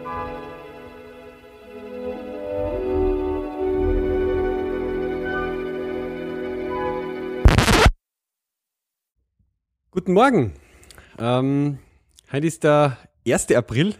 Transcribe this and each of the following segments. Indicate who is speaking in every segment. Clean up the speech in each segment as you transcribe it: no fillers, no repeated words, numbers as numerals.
Speaker 1: Guten Morgen. Heute ist der 1. April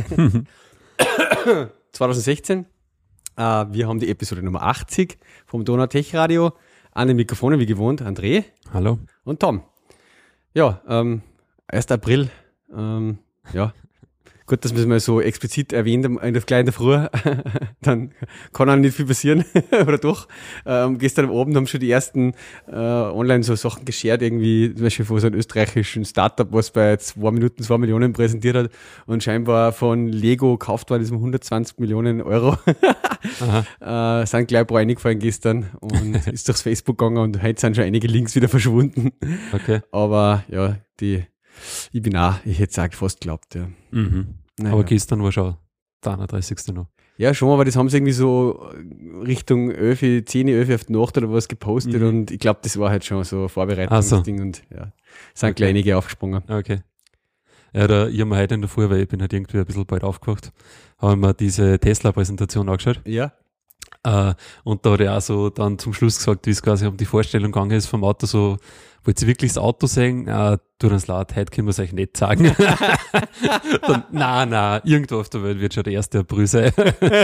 Speaker 1: 2016. Wir haben die Episode Nummer 80 vom Donau Tech Radio. An den Mikrofonen wie gewohnt André.
Speaker 2: Hallo.
Speaker 1: Und Tom. Ja, 1. April. Ja, gut, dass wir es mal so explizit erwähnt in der kleinen Früh. Dann kann auch nicht viel passieren. Oder doch. Gestern Abend haben schon die ersten online so Sachen geshared, irgendwie zum Beispiel von so einem österreichischen Startup, was bei 2 Minuten 2 Millionen präsentiert hat und scheinbar von Lego gekauft worden ist um 120 Millionen Euro. Sind gleich ein paar reingefallen gestern und ist durchs Facebook gegangen und heute sind schon einige Links wieder verschwunden.
Speaker 2: Okay.
Speaker 1: Aber ja, ich hätte es auch fast geglaubt, ja.
Speaker 2: Mhm.
Speaker 1: Naja.
Speaker 2: Aber gestern war schon der 31. noch.
Speaker 1: Ja, schon, aber das haben sie irgendwie so Richtung 10, 11 auf die Nacht oder was gepostet und ich glaube, das war halt schon so ein Vorbereitungsding und ja, sind gleich einige aufgesprungen.
Speaker 2: Okay. Ja, ich habe mir heute in der Früh, weil ich bin halt irgendwie ein bisschen bald aufgewacht, habe mir diese Tesla-Präsentation angeschaut.
Speaker 1: Ja.
Speaker 2: Und da hat er auch so dann zum Schluss gesagt, wie es quasi um die Vorstellung gegangen ist vom Auto, so, wollt ihr wirklich das Auto sehen? Tut uns leid, heute können wir es euch nicht sagen. Dann, nein, irgendwo auf der Welt wird schon der 1. April sein.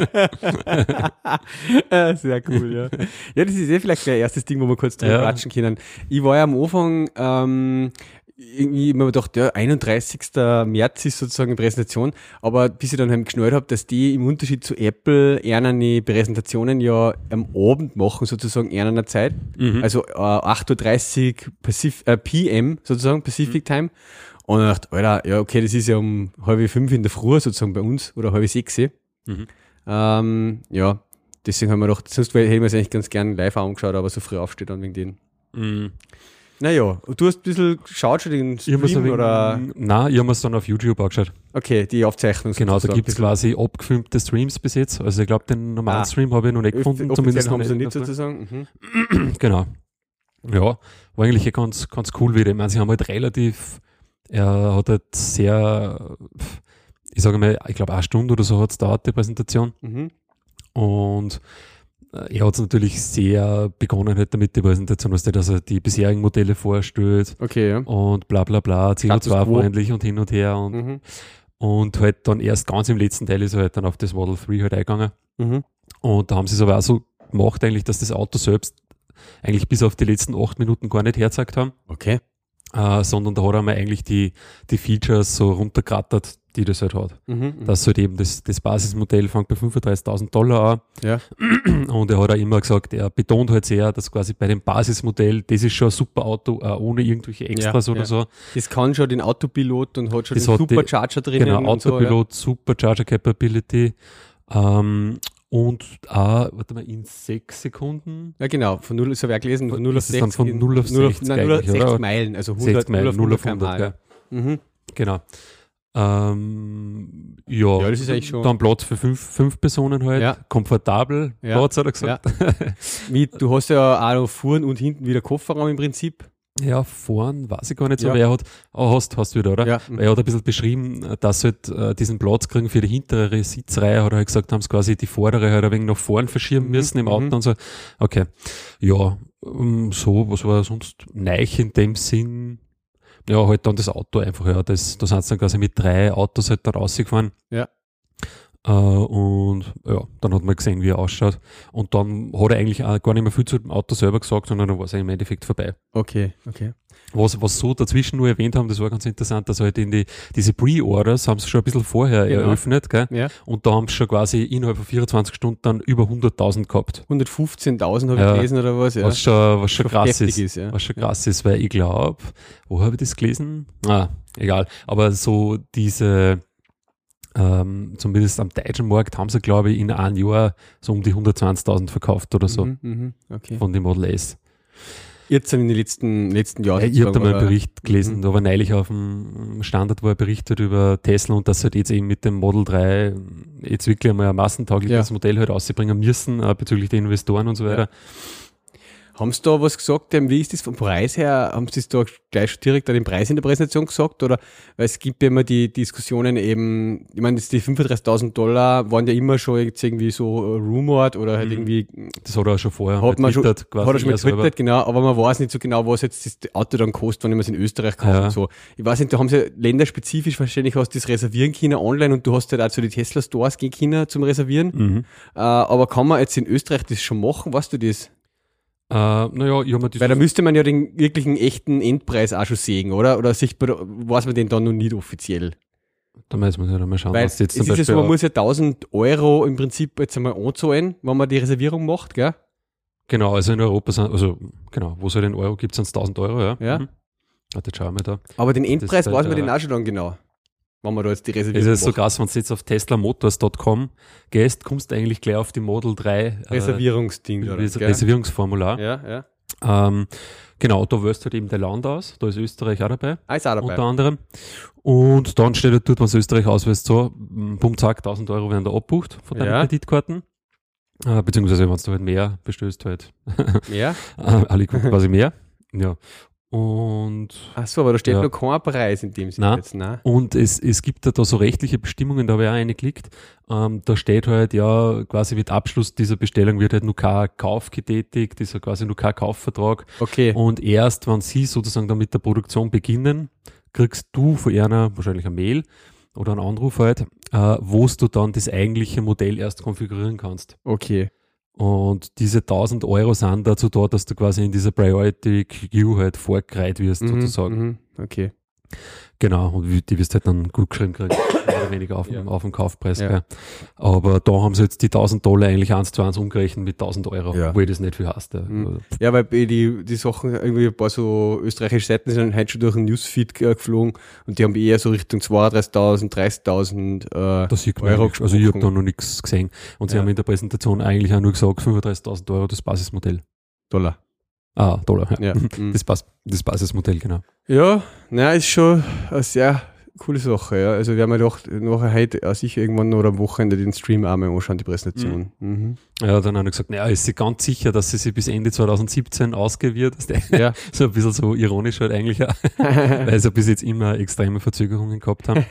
Speaker 1: Sehr cool, ja. Ja, das ist vielleicht gleich ein erstes Ding, wo wir kurz drüber quatschen können. Ich war ja am Anfang, irgendwie immer gedacht, ja, 31. März ist sozusagen eine Präsentation, aber bis ich dann halt geschnallt habe, dass die im Unterschied zu Apple eine Präsentationen ja am Abend machen, sozusagen in einer Zeit, also 8.30 Uhr PM sozusagen, Pacific Time, und ich dachte, Alter, ja okay, das ist ja um 4:30 in der Früh sozusagen bei uns, oder 5:30. Ja, deswegen haben wir gedacht, sonst hätten wir es eigentlich ganz gern live angeschaut, aber so früh aufsteht dann wegen denen. Naja, du hast ein bisschen geschaut schon den Stream, oder?
Speaker 2: Nein, ich habe mir es dann auf YouTube angeschaut.
Speaker 1: Okay, die Aufzeichnung.
Speaker 2: Genau, da gibt es quasi abgefilmte Streams bis jetzt. Also ich glaube, den normalen Stream habe ich noch nicht gefunden.
Speaker 1: Zumindest haben sie nicht sozusagen.
Speaker 2: Genau. Ja, war eigentlich ganz cool wieder. Ich meine, sie haben halt relativ, er hat halt sehr, ich sage mal, ich glaube 1 Stunde oder so hat es dauert, die Präsentation. Und er hat es natürlich sehr begonnen halt damit, die Präsentation, dass er die bisherigen Modelle vorstellt.
Speaker 1: Okay, ja.
Speaker 2: Und bla bla bla, CO2-freundlich und hin und her. Und halt dann erst ganz im letzten Teil ist er halt dann auf das Model 3 halt eingegangen. Und da haben sie es aber auch so gemacht eigentlich, dass das Auto selbst eigentlich bis auf die letzten 8 Minuten gar nicht hergezeigt haben.
Speaker 1: Okay.
Speaker 2: Sondern da hat er mal eigentlich die Features so runtergerattert, die das halt hat. Das halt eben das Basismodell fängt bei $35.000 an.
Speaker 1: Ja.
Speaker 2: Und er hat auch immer gesagt, er betont halt sehr, dass quasi bei dem Basismodell, das ist schon ein super Auto, ohne irgendwelche Extras oder so.
Speaker 1: Das kann schon den Autopilot und hat schon den Supercharger drinnen.
Speaker 2: Genau, Autopilot, so, Supercharger Capability. Und warte mal, in 6 Sekunden.
Speaker 1: Ja, genau, von 0, so habe ich gelesen, von 0 auf 60.
Speaker 2: Dann von 0 auf 60,
Speaker 1: 60 Meilen, also 100,
Speaker 2: 0 auf 100, ja. Genau. Ja,
Speaker 1: das ist eigentlich schon.
Speaker 2: Dann Platz für 5 Personen halt, komfortabel, Platz hat er gesagt.
Speaker 1: Ja. Du hast ja auch noch vorn und hinten wieder Kofferraum im Prinzip.
Speaker 2: Ja, vorn weiß ich gar nicht so, weil er hat, hast wieder, oder?
Speaker 1: Ja.
Speaker 2: Weil er hat ein bisschen beschrieben, dass sie halt diesen Platz kriegen für die hintere Sitzreihe, hat er halt gesagt, haben sie quasi die vordere halt ein wenig nach vorn verschieben müssen im Auto und so. Okay. Ja, so, was war sonst neich in dem Sinn? Ja, halt dann das Auto einfach, ja, da sind sie dann quasi mit 3 Autos halt da rausgefahren.
Speaker 1: Ja.
Speaker 2: Und ja, dann hat man gesehen, wie er ausschaut. Und dann hat er eigentlich auch gar nicht mehr viel zu dem Auto selber gesagt, sondern dann war es im Endeffekt vorbei.
Speaker 1: Okay.
Speaker 2: Was so dazwischen nur erwähnt haben, das war ganz interessant, dass halt diese Pre-Orders haben sie schon ein bisschen vorher eröffnet, gell? Ja. Und da haben sie schon quasi innerhalb von 24 Stunden dann über 100.000 gehabt.
Speaker 1: 115.000 habe ich gelesen oder was? Ja.
Speaker 2: Was schon krass ist. Ja. Was schon krass ist, weil ich glaube, wo habe ich das gelesen? Egal. Aber so diese zumindest am deutschen Markt haben sie, glaube ich, in einem Jahr so um die 120.000 verkauft oder so
Speaker 1: okay.
Speaker 2: von dem Model S.
Speaker 1: Jetzt in den letzten Jahren.
Speaker 2: Ich habe da mal einen Bericht gelesen, da war neulich auf dem Standard, wo er berichtet über Tesla und dass sie halt jetzt eben mit dem Model 3 jetzt wirklich einmal ein massentaugliches Modell halt rausbringen müssen, bezüglich der Investoren und so weiter.
Speaker 1: Haben Sie da was gesagt, wie ist das vom Preis her? Haben Sie es da gleich schon direkt an den Preis in der Präsentation gesagt? Oder, weil es gibt ja immer die Diskussionen eben, ich meine, die $35.000 waren ja immer schon jetzt irgendwie so rumored oder halt irgendwie.
Speaker 2: Das hat er auch schon vorher
Speaker 1: Hat man schon
Speaker 2: quasi
Speaker 1: getwittert, genau, aber man weiß nicht so genau, was jetzt das Auto dann kostet, wenn man es in Österreich kauft und so. Ich weiß nicht, da haben sie länderspezifisch wahrscheinlich hast du das reservieren können online und du hast halt auch zu den Tesla-Stores gehen können zum Reservieren. Aber kann man jetzt in Österreich das schon machen? Weißt du das?
Speaker 2: Naja, ich habe mir das.
Speaker 1: Weil da müsste man ja den wirklichen echten Endpreis auch schon sehen, oder? Oder weiß man den dann noch nicht offiziell?
Speaker 2: Da müssen wir ja mal schauen,
Speaker 1: Weil
Speaker 2: was jetzt
Speaker 1: es
Speaker 2: zum
Speaker 1: ist ja
Speaker 2: Beispiel.
Speaker 1: so, man muss ja 1.000 € im Prinzip jetzt einmal anzahlen, wenn man die Reservierung macht, gell?
Speaker 2: Genau, also in Europa sind, wo es halt in Euro gibt, sind es 1.000 Euro, ja.
Speaker 1: Ja.
Speaker 2: Warte, jetzt schauen wir da.
Speaker 1: Aber den Endpreis
Speaker 2: Das ist
Speaker 1: weiß man
Speaker 2: halt,
Speaker 1: den auch schon dann genau, wenn man da jetzt die
Speaker 2: Es
Speaker 1: Reservierung
Speaker 2: ist so
Speaker 1: macht.
Speaker 2: krass, wenn du jetzt auf teslamotors.com gehst, kommst du eigentlich gleich auf die Model 3
Speaker 1: Reservierungsding, oder?
Speaker 2: Reservierungsformular.
Speaker 1: Ja.
Speaker 2: Genau, da wählst du halt eben dein Land aus, da ist Österreich auch dabei,
Speaker 1: Ist auch dabei.
Speaker 2: unter anderem. Und dann steht halt dort, wenn du Österreich auswählst, so, Punkt, zack, 1.000 Euro werden da abbucht von deinen
Speaker 1: Ja.
Speaker 2: Kreditkarten. Beziehungsweise, wenn du halt mehr bestößt, halt
Speaker 1: Ja?
Speaker 2: alle Kunden quasi mehr. Ja. Und
Speaker 1: Ach so, aber da steht
Speaker 2: Ja.
Speaker 1: noch kein Preis in dem Sinne
Speaker 2: Nein.
Speaker 1: jetzt, ne?
Speaker 2: Und es gibt da so rechtliche Bestimmungen, da habe ich auch eine geklickt. Da steht halt, ja, quasi mit Abschluss dieser Bestellung wird halt nur kein Kauf getätigt, ist ja quasi nur kein Kaufvertrag.
Speaker 1: Okay.
Speaker 2: Und erst, wenn sie sozusagen dann mit der Produktion beginnen, kriegst du von einer wahrscheinlich eine Mail oder einen Anruf halt, wo du dann das eigentliche Modell erst konfigurieren kannst.
Speaker 1: Okay.
Speaker 2: Und diese 1.000 Euro sind dazu da, dass du quasi in dieser Priority Queue halt vorgereiht wirst, sozusagen.
Speaker 1: Okay.
Speaker 2: Genau, und die wirst halt dann gut geschrieben kriegen, mehr oder weniger auf dem Kaufpreis.
Speaker 1: Ja.
Speaker 2: Gell. Aber da haben sie jetzt die 1.000 $ eigentlich 1:1 umgerechnet mit 1.000 Euro,
Speaker 1: Ja.
Speaker 2: wo ich das nicht viel heißt.
Speaker 1: Ja, weil die Sachen, irgendwie ein paar so österreichische Seiten sind heute schon durch den Newsfeed geflogen und die haben eher so Richtung 32.000, 30.000
Speaker 2: Das sieht man
Speaker 1: Euro
Speaker 2: eigentlich. Also ich habe da
Speaker 1: gesprochen.
Speaker 2: noch nichts gesehen. Und sie
Speaker 1: Ja.
Speaker 2: haben in der Präsentation eigentlich auch nur gesagt, 35.000 Euro das Basismodell.
Speaker 1: Dollar.
Speaker 2: Dollar, ja.
Speaker 1: Ja. Mhm.
Speaker 2: Das Basismodell, genau.
Speaker 1: Ja, naja, ist schon eine sehr coole Sache, ja. Also wir haben ja doch nachher heute sicher irgendwann noch am Wochenende den Stream auch mal anschauen, die Präsentation. Mhm.
Speaker 2: Ja, dann haben wir gesagt, naja, ist sie ganz sicher, dass sie bis Ende 2017 ausgehen wird.
Speaker 1: Ja.
Speaker 2: So ein bisschen so ironisch halt eigentlich auch, weil sie bis jetzt immer extreme Verzögerungen gehabt haben.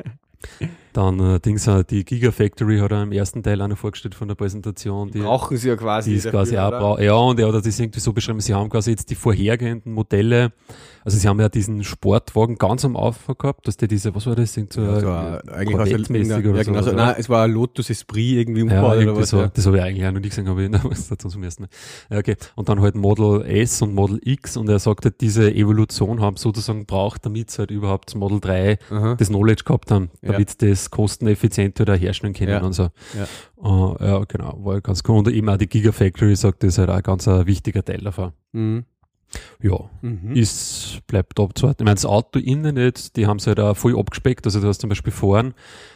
Speaker 2: Dann die Gigafactory hat er im ersten Teil auch noch vorgestellt von der Präsentation.
Speaker 1: Brauchen sie ja quasi.
Speaker 2: Die ist quasi
Speaker 1: dafür,
Speaker 2: auch
Speaker 1: oder?
Speaker 2: ja, und er hat das irgendwie so beschrieben, sie haben quasi jetzt die vorhergehenden Modelle, also sie haben ja diesen Sportwagen ganz am Anfang gehabt, dass der diese, was war das? Irgend so
Speaker 1: Also, eigentlich was
Speaker 2: Corvette-mäßig oder
Speaker 1: ja, genau,
Speaker 2: so.
Speaker 1: nein, es war ein Lotus Esprit irgendwie
Speaker 2: Ja,
Speaker 1: umgebaut oder
Speaker 2: irgendwie
Speaker 1: was.
Speaker 2: so.
Speaker 1: Ja.
Speaker 2: Das habe ich eigentlich auch noch nie gesehen, habe ich was dazu zum ersten Mal. Ja, okay. Und dann halt Model S und Model X und er sagt halt, diese Evolution haben sozusagen braucht, damit sie halt überhaupt das Model 3
Speaker 1: Aha.
Speaker 2: das Knowledge gehabt haben,
Speaker 1: Ja.
Speaker 2: damit sie das kosteneffizient wieder herstellen können
Speaker 1: Ja.
Speaker 2: und so.
Speaker 1: Ja.
Speaker 2: Ja, genau, war ganz cool. Und eben auch die Gigafactory sagt, das ist halt auch ganz ein wichtiger Teil davon.
Speaker 1: Mhm.
Speaker 2: Ja, bleibt abzuwarten. Ich meine, das Auto innen nicht, die haben es halt auch voll abgespeckt. Also du hast zum Beispiel vorn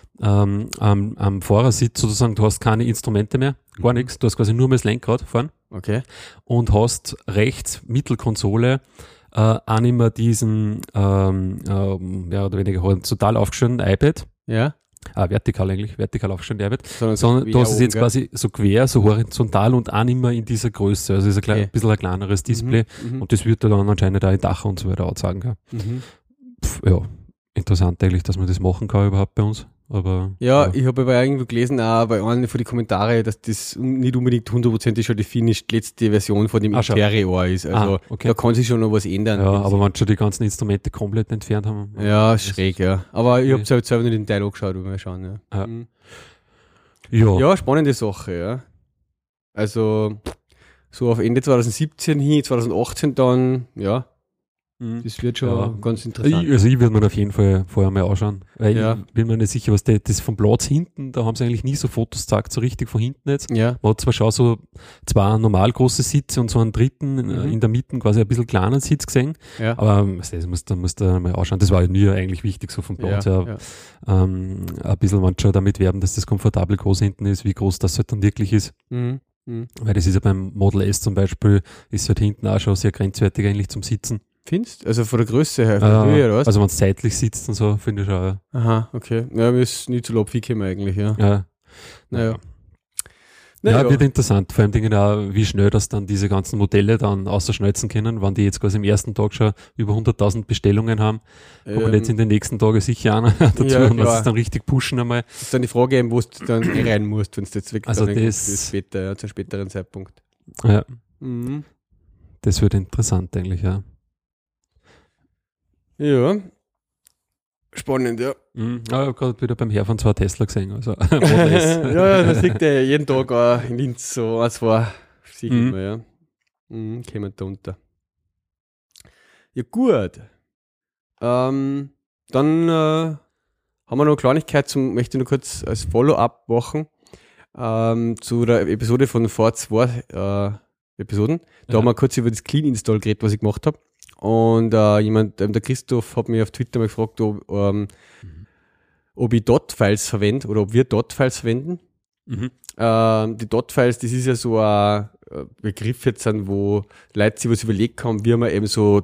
Speaker 2: am Fahrersitz sozusagen, du hast keine Instrumente mehr, gar nichts. Du hast quasi nur mehr das Lenkrad fahren
Speaker 1: Okay.
Speaker 2: und hast rechts Mittelkonsole auch nicht mehr diesen mehr oder weniger halt total aufgestellten iPad,
Speaker 1: Ja.
Speaker 2: vertikal aufgestellten iPad,
Speaker 1: Sondern
Speaker 2: sondern du hast es
Speaker 1: oben,
Speaker 2: jetzt
Speaker 1: gell?
Speaker 2: quasi so quer, so horizontal und auch nicht mehr in dieser Größe. Also es ist ein
Speaker 1: Okay.
Speaker 2: bisschen ein kleineres Display
Speaker 1: Mhm.
Speaker 2: und das wird dann anscheinend auch in Dach und so weiter anzeigen. Gell.
Speaker 1: Mhm.
Speaker 2: Ja, interessant eigentlich, dass man das machen kann überhaupt bei uns. Aber
Speaker 1: Ja, ich habe aber irgendwo gelesen, auch bei einem von den Kommentaren, dass das nicht unbedingt 100% schon die finished letzte Version von dem
Speaker 2: Schau.
Speaker 1: Interior ist. Also
Speaker 2: okay.
Speaker 1: da kann sich schon noch was ändern.
Speaker 2: Ja, aber wenn schon die ganzen Instrumente komplett entfernt haben.
Speaker 1: Ja, schräg, ja. Aber ich
Speaker 2: Okay.
Speaker 1: habe es halt selber nicht im Teil angeschaut, mal schauen. Ja.
Speaker 2: Ja.
Speaker 1: Mhm.
Speaker 2: Ja.
Speaker 1: Ja, spannende Sache, ja. Also so auf Ende 2017 hin, 2018 dann, ja,
Speaker 2: Mhm.
Speaker 1: das wird schon
Speaker 2: Ja.
Speaker 1: ganz interessant.
Speaker 2: Ich würde mir auf jeden Fall vorher mal anschauen. Weil
Speaker 1: Ja.
Speaker 2: ich bin mir nicht sicher, was das vom Platz hinten, da haben sie eigentlich nie so Fotos gezeigt, so richtig von hinten jetzt.
Speaker 1: Ja,
Speaker 2: Man hat zwar schon so zwei normal große Sitze und so einen dritten in der Mitte quasi ein bisschen kleinen Sitz gesehen,
Speaker 1: ja.
Speaker 2: aber das musst du mal anschauen. Das war mir eigentlich wichtig, so vom Platz
Speaker 1: Ja,
Speaker 2: her.
Speaker 1: ja.
Speaker 2: Ein bisschen man schon damit werben, dass das komfortabel groß hinten ist, wie groß das halt dann wirklich ist.
Speaker 1: Mhm. Mhm.
Speaker 2: Weil das ist ja beim Model S zum Beispiel, ist halt hinten auch schon sehr grenzwertig eigentlich zum Sitzen.
Speaker 1: Findest? Also von der Größe her, von der Höhe, oder was?
Speaker 2: Also wenn es seitlich sitzt und so, finde ich schon.
Speaker 1: Aha, okay. Ja, mir ist nie zu Lob gekommen eigentlich, ja.
Speaker 2: Ja.
Speaker 1: Naja.
Speaker 2: Ja, wird interessant. Vor allem Dingen auch, wie schnell das dann diese ganzen Modelle dann ausschnelzen können, wenn die jetzt quasi im ersten Tag schon über 100.000 Bestellungen haben, kommen jetzt in den nächsten Tagen sicher einer dazu und lass es dann richtig pushen einmal.
Speaker 1: Das ist dann die Frage, wo du dann rein musst, wenn es jetzt wirklich
Speaker 2: also
Speaker 1: das später, ja, zu einem späteren Zeitpunkt.
Speaker 2: Ja. Das wird interessant eigentlich, ja.
Speaker 1: Ja. Spannend, ja.
Speaker 2: Ich habe gerade wieder beim Herfahren 2 Tesla gesehen. Also,
Speaker 1: ja, das liegt ja jeden Tag auch in Linz so ein, zwei, sehe ich immer, ja. Kommen da unter. Ja, gut. Dann haben wir noch eine Kleinigkeit, möchte ich noch kurz als Follow-up machen zu der Episode von vor 2 Episoden. Da haben wir kurz über das Clean Install geredet, was ich gemacht habe. Und der Christoph hat mich auf Twitter mal gefragt, ob ich .files verwende oder ob wir .files verwenden. Die .files, das ist ja so ein Begriff jetzt, wo Leute sich was überlegt haben, wie man eben so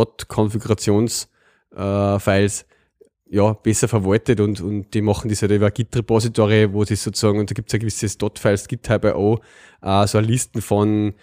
Speaker 1: Konfigurationsfiles besser verwaltet und die machen das halt über ein Git-Repository, wo sie sozusagen, und da gibt es ein gewisses .files GitHub.io, so eine Listen von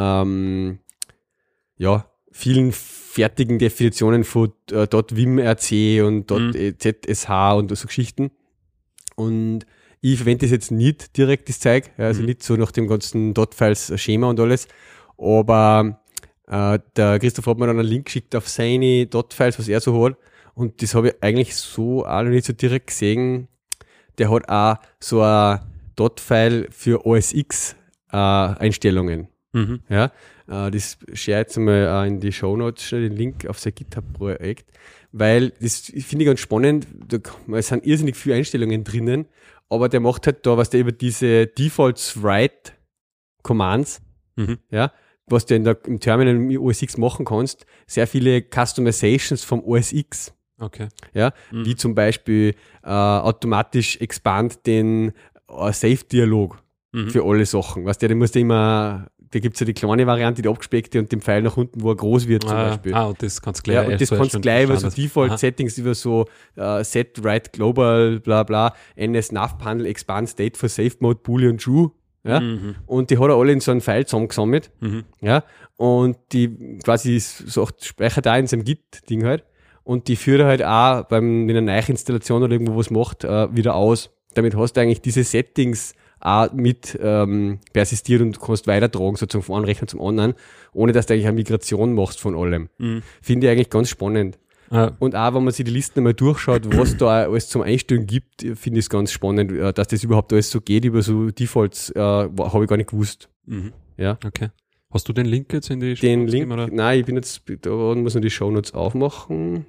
Speaker 1: vielen fertigen Definitionen von .vimrc und .zsh und so Geschichten. Und ich verwende das jetzt nicht direkt, das Zeug, also nicht so nach dem ganzen .files-Schema und alles, aber der Christoph hat mir dann einen Link geschickt auf seine .files, was er so hat, und das habe ich eigentlich so auch noch nicht so direkt gesehen. Der hat auch so ein .file für OS X Einstellungen. Ja, das share jetzt mal in die Shownotes schnell den Link auf sein GitHub-Projekt, weil das finde ich ganz spannend. Es sind irrsinnig viele Einstellungen drinnen, aber der macht halt da, was der über diese Defaults Write Commands, ja, was du im Terminal im OS X machen kannst, sehr viele Customizations vom OS X.
Speaker 2: Okay.
Speaker 1: Ja, wie zum Beispiel automatisch expand den Save-Dialog für alle Sachen. Weißt du, den musst du immer, da gibt es ja die kleine Variante, die abgespeckte und den Pfeil nach unten, wo er groß wird zum Beispiel.
Speaker 2: Und das kannst du gleich.
Speaker 1: Ja, und das kannst du gleich über so Default-Settings, über so Set, Write, Global, bla bla, NS, Nav, Panel, Expand, State for Safe Mode, Boolean, True. Ja? Und die hat er alle in so einem File zusammengesammelt. Ja? Und die quasi speichert da in seinem Git-Ding halt. Und die führt er halt auch in einer Neuinstallation oder irgendwo was macht, wieder aus. Damit hast du eigentlich diese Settings auch mit persistiert und kannst weitertragen, sozusagen von einem Rechner zum anderen, ohne dass du eigentlich eine Migration machst von allem. Finde ich eigentlich ganz spannend. Und auch, wenn man sich die Listen einmal durchschaut, was da alles zum Einstellen gibt, finde ich es ganz spannend, dass das überhaupt alles so geht, über so Defaults, habe ich gar nicht gewusst. Ja.
Speaker 2: Okay. Hast du den Link jetzt in die
Speaker 1: Shownotes? Den Link? Oder? Nein, ich bin jetzt, da muss man die Shownotes aufmachen.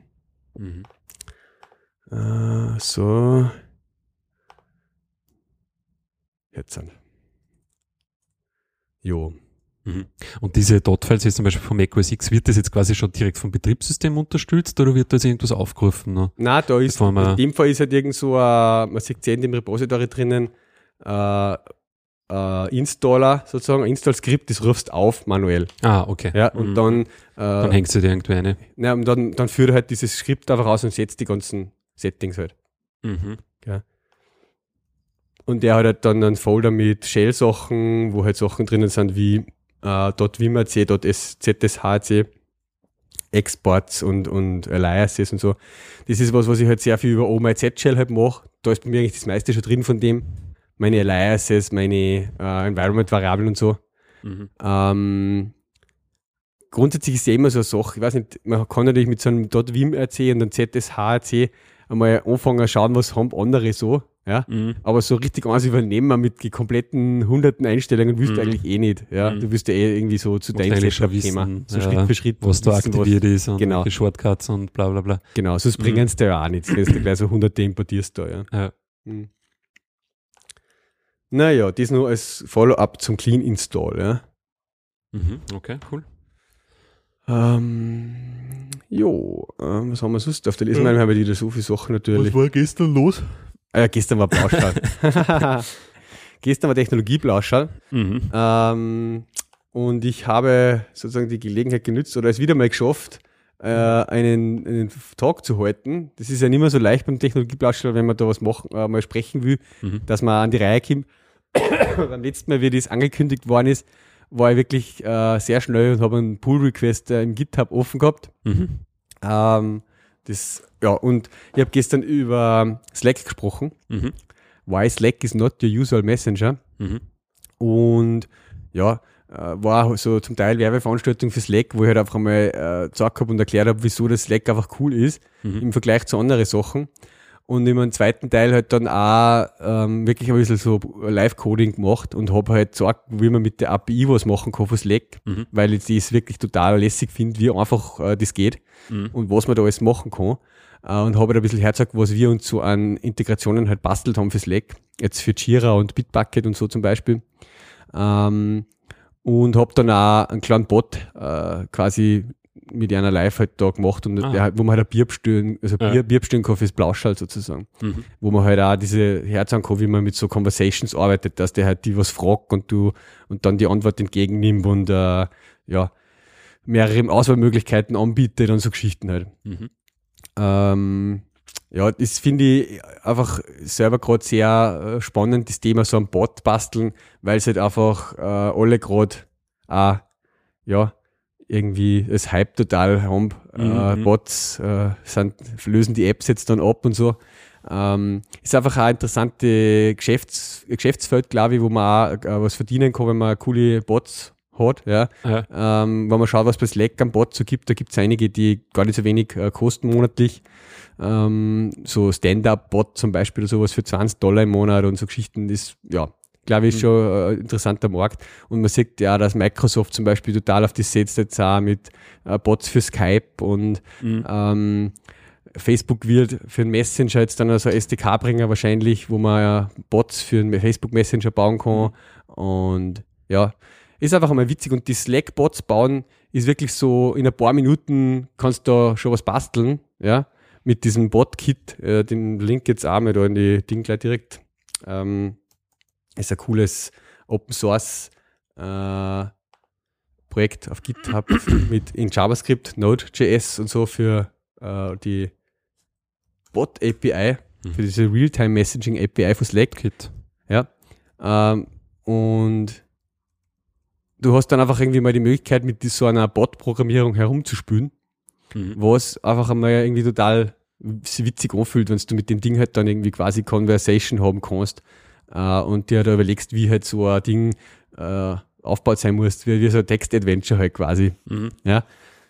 Speaker 1: So. Jetzt sind. Jo.
Speaker 2: Und diese .files jetzt zum Beispiel vom macOS X, wird das jetzt quasi schon direkt vom Betriebssystem unterstützt oder wird da jetzt irgendwas aufgerufen? Ne?
Speaker 1: Nein, da ist, in dem Fall ist halt irgend so man sieht in dem Repository drinnen, Installer sozusagen, ein Install-Skript, das rufst auf manuell.
Speaker 2: Okay.
Speaker 1: Ja, und dann
Speaker 2: hängst du dir irgendwo eine.
Speaker 1: Ja, und dann führt halt dieses Skript einfach raus und setzt die ganzen Settings halt. Ja. Und der hat halt dann einen Folder mit Shell-Sachen, wo halt Sachen drinnen sind wie .vimrc, .zshc, Exports und Aliases und so. Das ist was ich halt sehr viel über OMyZ-Shell halt mache. Da ist bei mir eigentlich das meiste schon drin von dem. Meine Aliases, meine Environment-Variablen und so. Grundsätzlich ist ja immer so eine Sache, ich weiß nicht, man kann natürlich mit so einem .vimrc und einem ZSHRC einmal anfangen, schauen, was haben andere so, ja, aber so richtig alles übernehmen mit kompletten hunderten Einstellungen willst du eigentlich eh nicht, ja, du willst ja eh irgendwie so zu deinem Setup-Thema, so Schritt für Schritt.
Speaker 2: Was da aktiviert ist und welche Shortcuts und bla bla bla.
Speaker 1: Genau, sonst bringen es dir ja auch nichts, wenn du gleich so hunderte importierst da, ja. Naja, das nur als Follow-up zum Clean Install, ja.
Speaker 2: Okay, cool.
Speaker 1: Was haben wir sonst auf der Liste? Wir haben wir wieder so viele Sachen natürlich.
Speaker 2: Was war gestern los?
Speaker 1: Gestern war Plauschall. Gestern war Technologie-Plauschall. Und ich habe sozusagen die Gelegenheit genützt oder es wieder mal geschafft, einen Talk zu halten. Das ist ja nicht mehr so leicht beim Technologie-Plauschall, wenn man da was machen, mal sprechen will, dass man an die Reihe kommt. beim letzten Mal, wie das angekündigt worden ist, war ich wirklich sehr schnell und habe einen Pull-Request im GitHub offen gehabt. Und ich habe gestern über Slack gesprochen. Why Slack is not your usual messenger. Und ja, war so zum Teil Werbeveranstaltung für Slack, wo ich halt einfach einmal gesagt habe und erklärt habe, wieso das Slack einfach cool ist im Vergleich zu anderen Sachen. Und in meinem zweiten Teil halt dann auch wirklich ein bisschen so Live-Coding gemacht und habe halt gesagt, wie man mit der API was machen kann für Slack, weil ich das wirklich total lässig finde, wie einfach das geht und was man da alles machen kann. Und habe halt ein bisschen hergezeigt, was wir uns so an Integrationen halt bastelt haben für Slack, jetzt für Jira und Bitbucket und so zum Beispiel. Und habe dann auch einen kleinen Bot quasi mit einer Live halt da gemacht und wo man halt ein Bier bestellen, Bier bestellen kann fürs Blauschall sozusagen. Wo man halt auch diese Herzen kann, wie man mit so Conversations arbeitet, dass der halt die was fragt und dann die Antwort entgegennimmt und mehrere Auswahlmöglichkeiten anbietet und so Geschichten halt. Das finde ich einfach selber gerade sehr spannend, das Thema so am Bot basteln, weil es halt einfach alle gerade irgendwie das Hype total haben. Bots lösen die Apps jetzt dann ab und so. Ist einfach ein interessantes Geschäftsfeld, glaube ich, wo man auch was verdienen kann, wenn man coole Bots hat. Ja. Wenn man schaut, was bei Slack am Bot so gibt, da gibt es einige, die gar nicht so wenig kosten monatlich. So Stand-Up-Bot zum Beispiel oder sowas für $20 im Monat und so Geschichten, das, glaube ich, ist schon ein interessanter Markt. Und man sieht ja, dass Microsoft zum Beispiel total auf das setzt jetzt auch mit Bots für Skype und Facebook wird für einen Messenger jetzt dann also SDK-Bringer wahrscheinlich, wo man ja Bots für einen Facebook Messenger bauen kann. Und ja, ist einfach einmal witzig. Und die Slack-Bots bauen ist wirklich so, in ein paar Minuten kannst du da schon was basteln, ja, mit diesem Bot-Kit, den Link jetzt auch mal da in die Ding gleich direkt. Ist ein cooles Open Source Projekt auf GitHub in JavaScript, Node.js und so für die Bot API, für diese Real-Time Messaging API von Slack.
Speaker 2: Kit.
Speaker 1: Ja. Und du hast dann einfach irgendwie mal die Möglichkeit, mit so einer Bot-Programmierung herumzuspülen, was einfach einmal irgendwie total witzig anfühlt, wenn du mit dem Ding halt dann irgendwie quasi Conversation haben kannst. Und dir da überlegst, wie halt so ein Ding aufgebaut sein muss, wie so ein Text-Adventure halt quasi. Ja.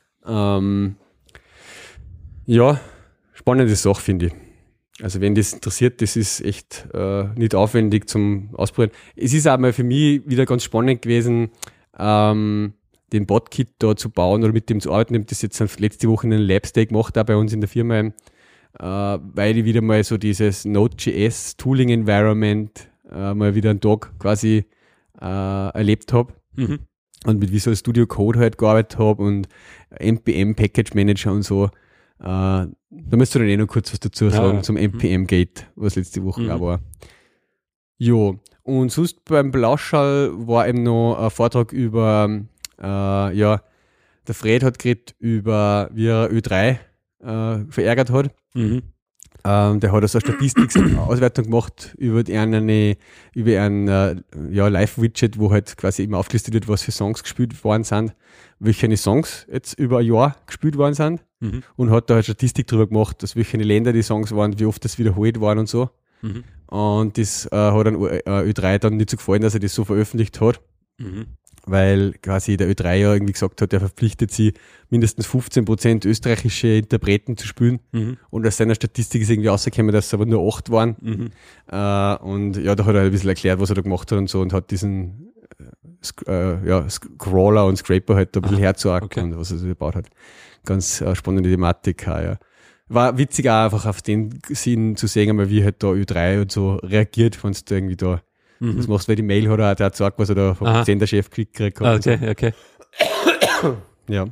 Speaker 1: Spannende Sache, finde ich. Also wenn das interessiert, das ist echt nicht aufwendig zum Ausprobieren. Es ist auch mal für mich wieder ganz spannend gewesen, den Bot-Kit da zu bauen oder mit dem zu arbeiten. Ich habe das jetzt letzte Woche in einem Labstay gemacht, auch bei uns in der Firma, weil ich wieder mal so dieses Node.js Tooling Environment mal wieder einen Tag quasi erlebt habe und mit Visual Studio Code halt gearbeitet habe und NPM Package Manager und so. Da müsst du dann noch kurz was dazu sagen zum NPM Gate, was letzte Woche auch war. Jo, und sonst beim Blauschall war eben noch ein Vortrag über, der Fred hat geredet über, wie er Ö3 verärgert hat. Der hat also eine Statistik-Auswertung gemacht über ein Live-Widget, wo halt quasi immer aufgelistet wird, was für Songs gespielt worden sind, welche Songs jetzt über ein Jahr gespielt worden sind und hat da halt Statistik drüber gemacht, dass welche Länder die Songs waren, wie oft das wiederholt waren und so. Und das hat dann Ö3 dann nicht so gefallen, dass er das so veröffentlicht hat. Weil quasi der Ö3 ja irgendwie gesagt hat, er verpflichtet sie, mindestens 15% österreichische Interpreten zu spielen. Und aus seiner Statistik ist irgendwie rausgekommen, dass es aber nur 8 waren. Und ja, da hat er ein bisschen erklärt, was er da gemacht hat und so und hat diesen Scroller und Scraper halt da ein bisschen herzuargen und was er so gebaut hat. Ganz spannende Thematik, ja. War witzig auch einfach auf den Sinn zu sehen, einmal wie halt da Ö3 und so reagiert, wenn du irgendwie da was machst, weil die Mail hat er auch gesagt, was er da vom Senderchef gekriegt hat.
Speaker 2: Okay.
Speaker 1: Ja.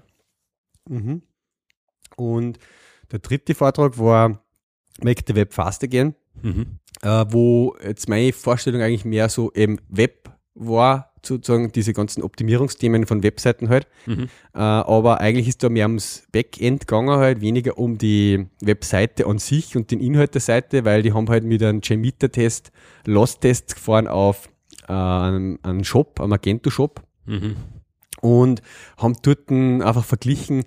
Speaker 1: Und der dritte Vortrag war Make the Web Fast Again, wo jetzt meine Vorstellung eigentlich mehr so eben Web war, sozusagen diese ganzen Optimierungsthemen von Webseiten halt. Aber eigentlich ist da mehr ums Backend gegangen halt, weniger um die Webseite an sich und den Inhalt der Seite, weil die haben halt mit einem JMeter-Test Loss-Tests gefahren auf einen Shop, einen Magento-Shop,
Speaker 2: Mhm.
Speaker 1: und haben dort einfach verglichen,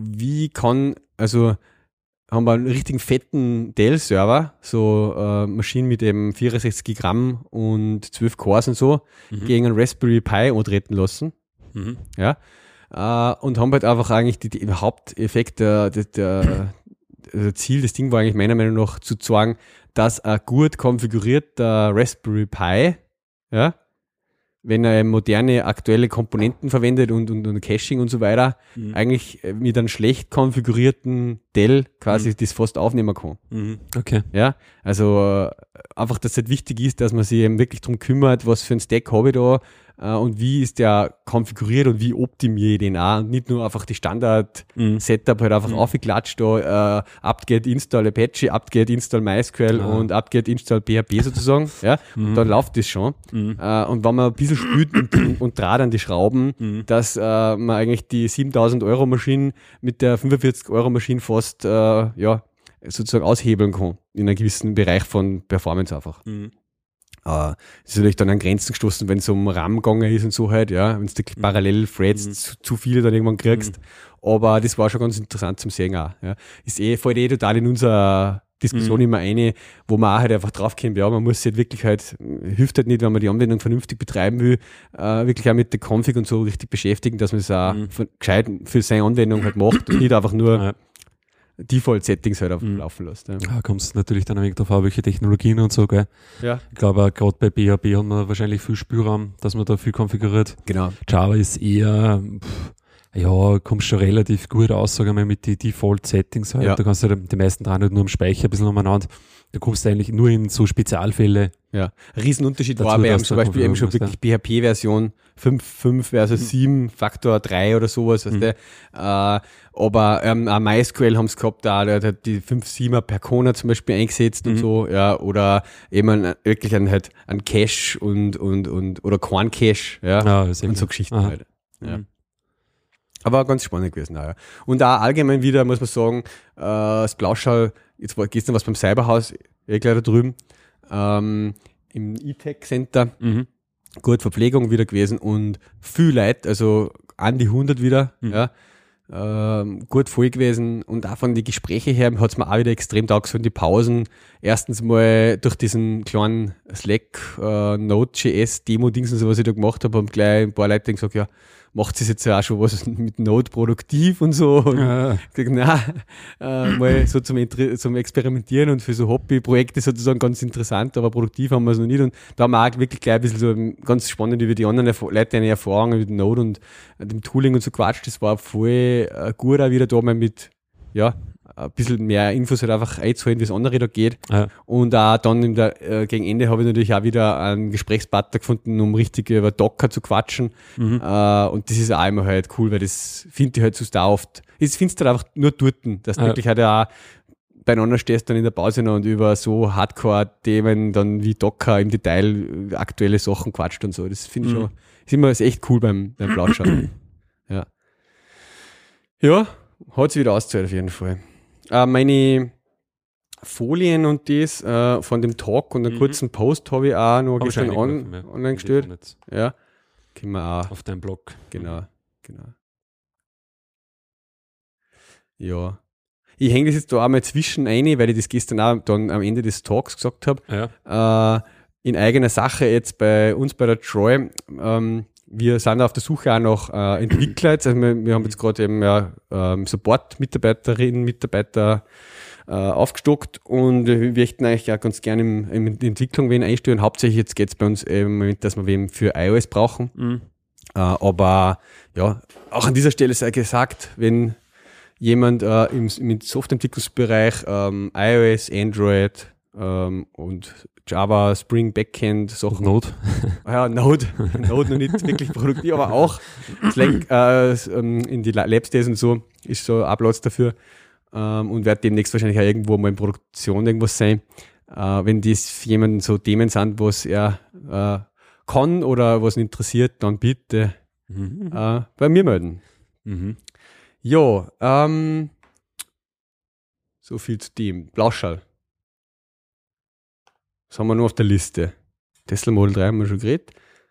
Speaker 1: haben wir einen richtigen fetten Dell-Server, so Maschinen mit eben 64 Gramm und 12 Cores und so, gegen einen Raspberry Pi antreten lassen.
Speaker 2: Mhm.
Speaker 1: Ja, und haben halt einfach eigentlich die Haupteffekt, der Ziel des Ding war eigentlich meiner Meinung nach zu zeigen, dass ein gut konfigurierter Raspberry Pi, ja, wenn er moderne, aktuelle Komponenten verwendet und Caching und so weiter, eigentlich mit einem schlecht konfigurierten Dell quasi das fast aufnehmen kann.
Speaker 2: Mhm. Okay.
Speaker 1: Ja, also einfach, dass es halt wichtig ist, dass man sich eben wirklich darum kümmert, was für ein Stack habe ich da und wie ist der konfiguriert und wie optimiere ich den auch und nicht nur einfach die Standard-Setup halt einfach aufgeklatscht da, apt-get install Apache, apt-get install MySQL und apt-get install PHP sozusagen, ja, und dann läuft das schon. Und wenn man ein bisschen spült und draht an die Schrauben, dass man eigentlich die 7.000 Euro Maschine mit der 45 Euro Maschine fast sozusagen aushebeln kann in einem gewissen Bereich von Performance einfach. Das ist natürlich dann an Grenzen gestoßen, wenn es um RAM gegangen ist und so halt, ja, wenn du parallel Threads zu viele dann irgendwann kriegst. Aber das war schon ganz interessant zum Sehen auch. Ja. Fällt total in unserer Diskussion immer eine, wo man auch halt einfach draufkommt, ja, man muss sich halt wirklich halt, hilft halt nicht, wenn man die Anwendung vernünftig betreiben will, wirklich auch mit der Config und so richtig beschäftigen, dass man es auch gescheit für seine Anwendung halt macht und nicht einfach nur Default-Settings halt laufen lässt. Ja.
Speaker 2: Ja, kommt es natürlich dann ein wenig darauf an, welche Technologien und so, gell?
Speaker 1: Ja.
Speaker 2: Ich glaube, gerade bei PHP haben wir wahrscheinlich viel Spielraum, dass man da viel konfiguriert.
Speaker 1: Genau.
Speaker 2: Java ist eher, kommst schon relativ gut aus, sagen wir, mit den Default-Settings halt.
Speaker 1: Ja.
Speaker 2: Da kannst du halt die meisten dran halt nur am Speicher ein bisschen umeinander. Da kommst du eigentlich nur in so Spezialfälle.
Speaker 1: Ja, Riesenunterschied
Speaker 2: Dazu,
Speaker 1: war bei
Speaker 2: dass
Speaker 1: zum
Speaker 2: du
Speaker 1: Beispiel eben schon
Speaker 2: konfigurieren
Speaker 1: wirklich PHP-Version 5 versus 7, Faktor 3 oder sowas, weißt du. Aber auch MySQL haben es gehabt, da hat die 5.7er Percona zum Beispiel eingesetzt und so, ja, oder eben wirklich ein Cache oder Corn Cache, ja,
Speaker 2: das ist
Speaker 1: und so
Speaker 2: klar.
Speaker 1: Geschichten
Speaker 2: Aha.
Speaker 1: halt. Ja. Aber ganz spannend gewesen, auch, ja. Und auch allgemein wieder, muss man sagen, das Blauschall, jetzt war gestern was beim Cyberhaus, gleich da drüben, im E-Tech Center, gut Verpflegung wieder gewesen und viel Leute, also an die 100 wieder, ja, gut voll gewesen und auch von den Gesprächen her hat es mir auch wieder extrem taugt, so in die Pausen. Erstens mal durch diesen kleinen Slack, Node.js Demo-Dings und so, was ich da gemacht habe, haben gleich ein paar Leute gesagt, ja, macht es jetzt ja auch schon was mit Node produktiv und so. Und gesagt, mal so zum Experimentieren und für so Hobbyprojekte sozusagen ganz interessant, aber produktiv haben wir es noch nicht. Und da haben wir auch wirklich gleich ein bisschen so ganz spannend über die anderen Leute eine Erfahrungen mit Node und dem Tooling und so Quatsch. Das war voll gut auch wieder da mal mit, ja, ein bisschen mehr Infos halt einfach einzuholen, wie es andere da geht.
Speaker 2: Ja.
Speaker 1: Und auch dann gegen Ende habe ich natürlich auch wieder einen Gesprächspartner gefunden, um richtig über Docker zu quatschen. Und das ist auch immer halt cool, weil das finde ich halt so oft. Das findest du halt einfach nur dort, dass du wirklich halt auch beieinander stehst dann in der Pause noch und über so Hardcore-Themen dann wie Docker im Detail aktuelle Sachen quatscht und so. Das finde ich schon, ist echt cool beim Plauschern. Ja. Ja, hat sich wieder ausgezahlt auf jeden Fall. Meine Folien und das von dem Talk und einen kurzen Post habe ich auch noch gestern online gestellt. Ja, können wir auch.
Speaker 2: Auf deinem Blog.
Speaker 1: Genau. Ja. Ich hänge das jetzt da auch mal zwischen ein, weil ich das gestern auch dann am Ende des Talks gesagt habe.
Speaker 2: Ja.
Speaker 1: In eigener Sache jetzt bei uns bei der Troy. Wir sind auf der Suche auch nach Entwickler. Also wir haben jetzt gerade eben Support-Mitarbeiterinnen, Mitarbeiter aufgestockt und wir möchten eigentlich auch ganz gerne in die Entwicklung wen einstellen. Hauptsächlich jetzt geht es bei uns im Moment, dass wir wen für iOS brauchen. Aber ja, auch an dieser Stelle sei gesagt, wenn jemand im Softwareentwicklungsbereich iOS, Android und Java, Spring Backend, Sachen.
Speaker 2: Node.
Speaker 1: Ja, Node noch nicht wirklich produktiv, aber auch Slack in die Labs Days und so ist so ein Platz dafür und wird demnächst wahrscheinlich auch irgendwo mal in Produktion irgendwas sein. Wenn das jemanden so Themen sind, was er kann oder was ihn interessiert, dann bitte bei mir melden. Ja, so viel zu dem. Blauschall. Das haben wir nur auf der Liste. Tesla Model 3 haben wir schon geredet.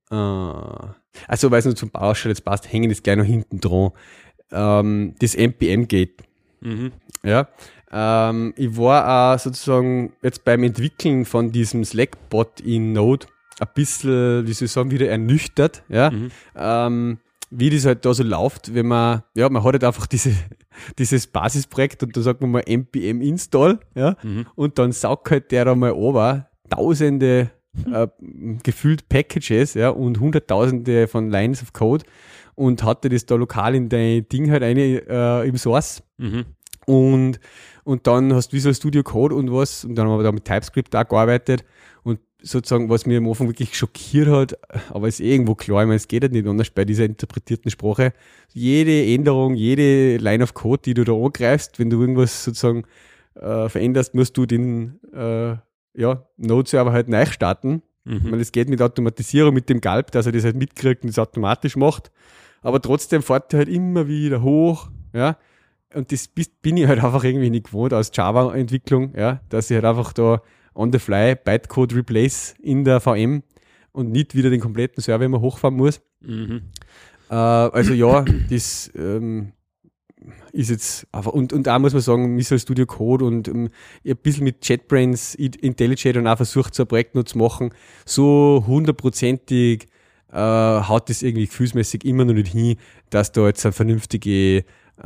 Speaker 1: Also, weil es nur zum Baustelle jetzt passt, hängen das gleich noch hinten dran. Das NPM-Gate. Ja. Ich war auch sozusagen jetzt beim Entwickeln von diesem Slack-Bot in Node ein bisschen, wie soll ich sagen, wieder ernüchtert, ja. Wie das halt da so läuft, wenn man hat halt einfach dieses Basisprojekt und da sagt man mal npm install, ja, und dann saugt halt der da mal runter, tausende gefühlt Packages, ja, und hunderttausende von Lines of Code und hatte das da lokal in dein Ding halt im Source. Und dann hast du Visual Studio Code und was, und dann haben wir da mit TypeScript auch gearbeitet und sozusagen, was mir am Anfang wirklich schockiert hat, aber ist irgendwo klar, ich meine, es geht halt nicht anders bei dieser interpretierten Sprache. Jede Änderung, jede Line of Code, die du da angreifst, wenn du irgendwas sozusagen veränderst, musst du den Node-Server halt neu starten. Weil es geht mit Automatisierung, mit dem Gulp, dass er das halt mitkriegt und das automatisch macht. Aber trotzdem fährt er halt immer wieder hoch, ja. Und das bin ich halt einfach irgendwie nicht gewohnt aus Java-Entwicklung, ja, dass ich halt einfach da on the fly Bytecode replace in der VM und nicht wieder den kompletten Server immer hochfahren muss. Also ja, das ist jetzt einfach, und da muss man sagen, Visual Studio Code und ein bisschen mit JetBrains, IntelliJ und auch versucht, so ein Projekt noch zu machen, so hundertprozentig haut das irgendwie gefühlsmäßig immer noch nicht hin, dass da jetzt eine vernünftige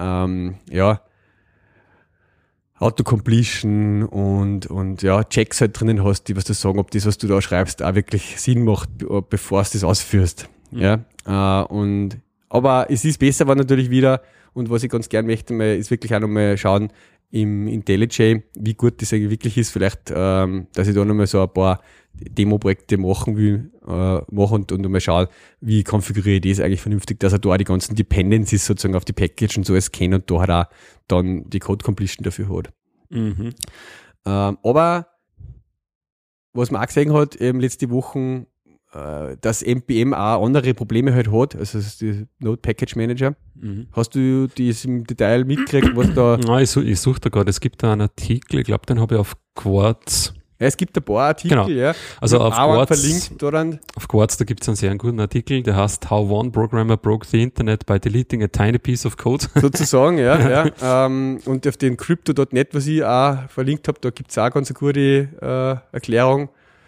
Speaker 1: Autocompletion und ja, Checks halt drinnen hast, die was du sagen, ob das, was du da schreibst, auch wirklich Sinn macht, bevor du das ausführst. Ja, aber es ist besser, war natürlich wieder, und was ich ganz gern möchte, ist wirklich auch nochmal schauen im IntelliJ, wie gut das eigentlich wirklich ist. Vielleicht, dass ich da nochmal so ein paar Demo-Projekte machen will, und mal schauen, wie konfiguriere ich das eigentlich vernünftig, dass er da auch die ganzen Dependencies sozusagen auf die Package und so alles kennt und da halt auch dann die Code-Completion dafür hat. Aber was man auch gesehen hat, letzte Wochen, dass NPM auch andere Probleme halt hat, also das ist die Node Package Manager. Hast du das im Detail mitgekriegt, was da...
Speaker 2: Nein, ich suche da gerade, es gibt da einen Artikel, ich glaube, den habe ich auf Quartz.
Speaker 1: Ja, es gibt ein paar Artikel,
Speaker 2: genau.
Speaker 1: Ja.
Speaker 2: Also auf Quartz,
Speaker 1: verlinkt daran.
Speaker 2: Auf Quartz, da gibt es einen sehr guten Artikel, der heißt How One Programmer Broke the Internet by Deleting a Tiny Piece of Code.
Speaker 1: Sozusagen, ja. Und auf den Crypto.net, was ich auch verlinkt habe, da gibt es auch ganz eine gute Erklärung.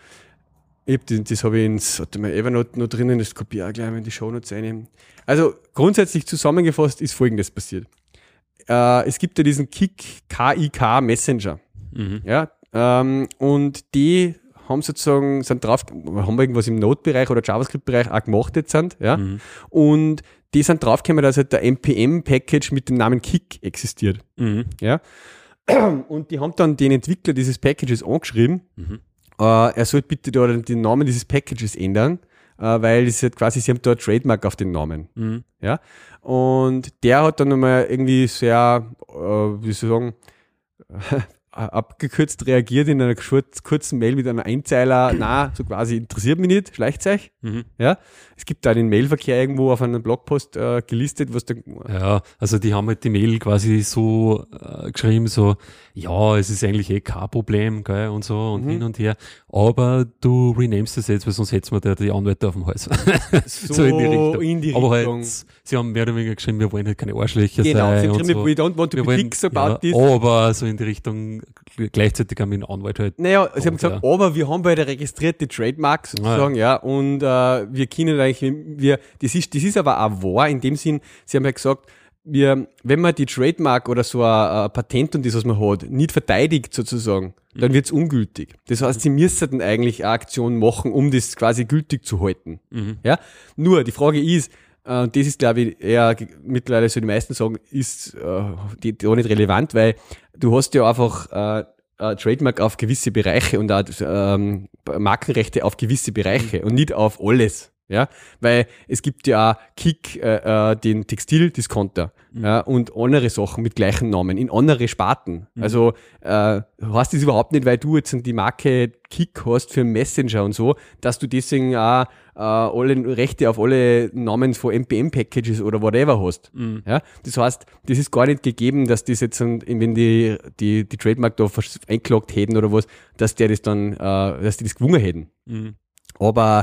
Speaker 1: Das habe ich ins Evernote noch drinnen, das kopiere ich auch gleich mal in die Shownotes rein. Also grundsätzlich zusammengefasst ist Folgendes passiert. Es gibt ja diesen KIK Messenger. Ja, und die haben sozusagen, haben irgendwas im Node-Bereich oder JavaScript-Bereich auch gemacht jetzt sind, ja. Und die sind draufgekommen, dass halt der NPM-Package mit dem Namen Kik existiert. Ja. Und die haben dann den Entwickler dieses Packages angeschrieben, er soll bitte da den Namen dieses Packages ändern, weil es halt quasi, sie haben da ein Trademark auf den Namen. Ja. Und der hat dann nochmal irgendwie sehr, wie soll ich sagen, abgekürzt reagiert in einer kurzen Mail mit einer Einzeiler, so quasi interessiert mich nicht, schleicht euch. Ja. Es gibt da den Mailverkehr irgendwo auf einem Blogpost gelistet, was da...
Speaker 2: Ja, also die haben halt die Mail quasi so geschrieben, so, ja, es ist eigentlich kein Problem, gell, und so und hin und her, aber du renamest das jetzt, weil sonst hätten wir dir die Anwälte auf dem Hals.
Speaker 1: So in die Richtung.
Speaker 2: Aber halt, sie haben mehr oder weniger geschrieben, wir wollen halt keine Arschlöcher sein.
Speaker 1: Genau, sie haben
Speaker 2: und so.
Speaker 1: we don't want to be dicks about this.
Speaker 2: Aber so in die Richtung, gleichzeitig haben wir einen Anwalt halt.
Speaker 1: Naja, sie haben gesagt, aber wir haben bei der registrierte Trademark sozusagen, ja, und wir können eigentlich, das ist aber auch wahr, in dem Sinn, sie haben ja gesagt, wenn man die Trademark oder so ein Patent und das, was man hat, nicht verteidigt sozusagen, dann wird's ungültig. Das heißt, sie müssten eigentlich eine Aktion machen, um das quasi gültig zu halten. Ja? Nur, die Frage ist, das ist, glaube ich, eher mittlerweile so die meisten sagen, ist die nicht relevant, weil du hast ja einfach Trademark auf gewisse Bereiche und auch Markenrechte auf gewisse Bereiche und nicht auf alles. Ja, weil es gibt ja Kik, den Textildiscounter, ja, und andere Sachen mit gleichen Namen in andere Sparten. Also hast das überhaupt nicht, weil du jetzt die Marke Kik hast für Messenger und so, dass du deswegen auch alle Rechte auf alle Namen von NPM-Packages oder whatever hast. Ja, das heißt, das ist gar nicht gegeben, dass das jetzt, wenn die Trademark da eingeloggt hätten oder was, dass der das dann, dass die das gewungen hätten. Aber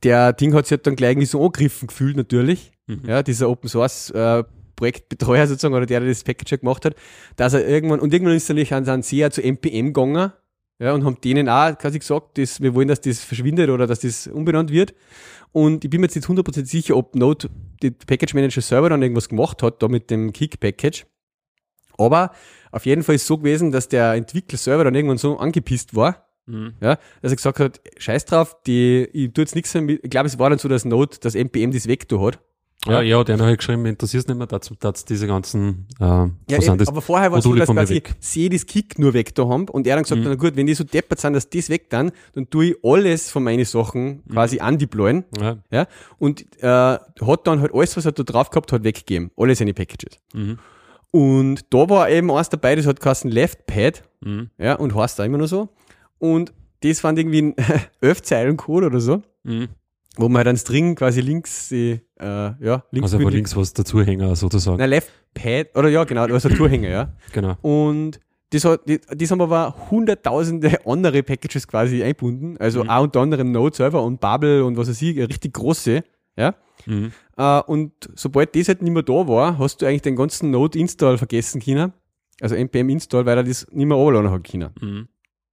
Speaker 1: der Ding hat sich halt dann gleich irgendwie so angegriffen gefühlt natürlich,
Speaker 2: Mhm.
Speaker 1: dieser Open Source Projektbetreuer sozusagen oder der das Package gemacht hat, dass er irgendwann ist er nicht an seinen SEA zu NPM gegangen, ja, und haben denen auch quasi gesagt, wir wollen, dass das verschwindet oder dass das umbenannt wird. Und ich bin mir jetzt nicht 100% sicher, ob Node, die Package Manager selber dann irgendwas gemacht hat, da mit dem Kick-Package. Aber auf jeden Fall ist es so gewesen, dass der Entwickler selber dann irgendwann so angepisst war,
Speaker 2: Mhm.
Speaker 1: ja, dass er gesagt hat, scheiß drauf, ich tue jetzt nichts mehr mit. Ich glaube, es war dann so, dass Node, das NPM das Vektor hat.
Speaker 2: Ja, der hat halt geschrieben, interessiert es nicht mehr, dass diese ganzen,
Speaker 1: Ja,
Speaker 2: was sind das?
Speaker 1: aber vorher war es so,
Speaker 2: Module
Speaker 1: dass
Speaker 2: von mir
Speaker 1: quasi
Speaker 2: weg.
Speaker 1: sie das Kick nur Vektor haben und er dann gesagt hat, na gut, wenn die so deppert sind, dass das weg dann tue ich alles von meinen Sachen quasi undeployen.
Speaker 2: Ja.
Speaker 1: Ja, und hat dann halt alles, was er da drauf gehabt hat, weggegeben. Alle seine Packages.
Speaker 2: Mhm.
Speaker 1: Und da war eben eins dabei, das hat geheißen Leftpad,
Speaker 2: Mhm.
Speaker 1: ja, und heißt da immer noch so. Und das waren irgendwie ein 11 Zeilen Code oder so,
Speaker 2: Mhm.
Speaker 1: wo man halt einen String quasi links, links
Speaker 2: Also einfach links was dazuhängen sozusagen.
Speaker 1: Nein, Leftpad, oder ja, genau, da ist ein Tourhänger, ja.
Speaker 2: Genau.
Speaker 1: Und das haben aber hunderttausende andere Packages quasi eingebunden, also auch unter anderem Node selber und Babel und was weiß ich, eine richtig große, ja.
Speaker 2: Mhm.
Speaker 1: Und sobald das halt nicht mehr da war, hast du eigentlich den ganzen Node-Install vergessen können, also npm-Install, weil er das nicht mehr runterladen hat können.
Speaker 2: Mhm.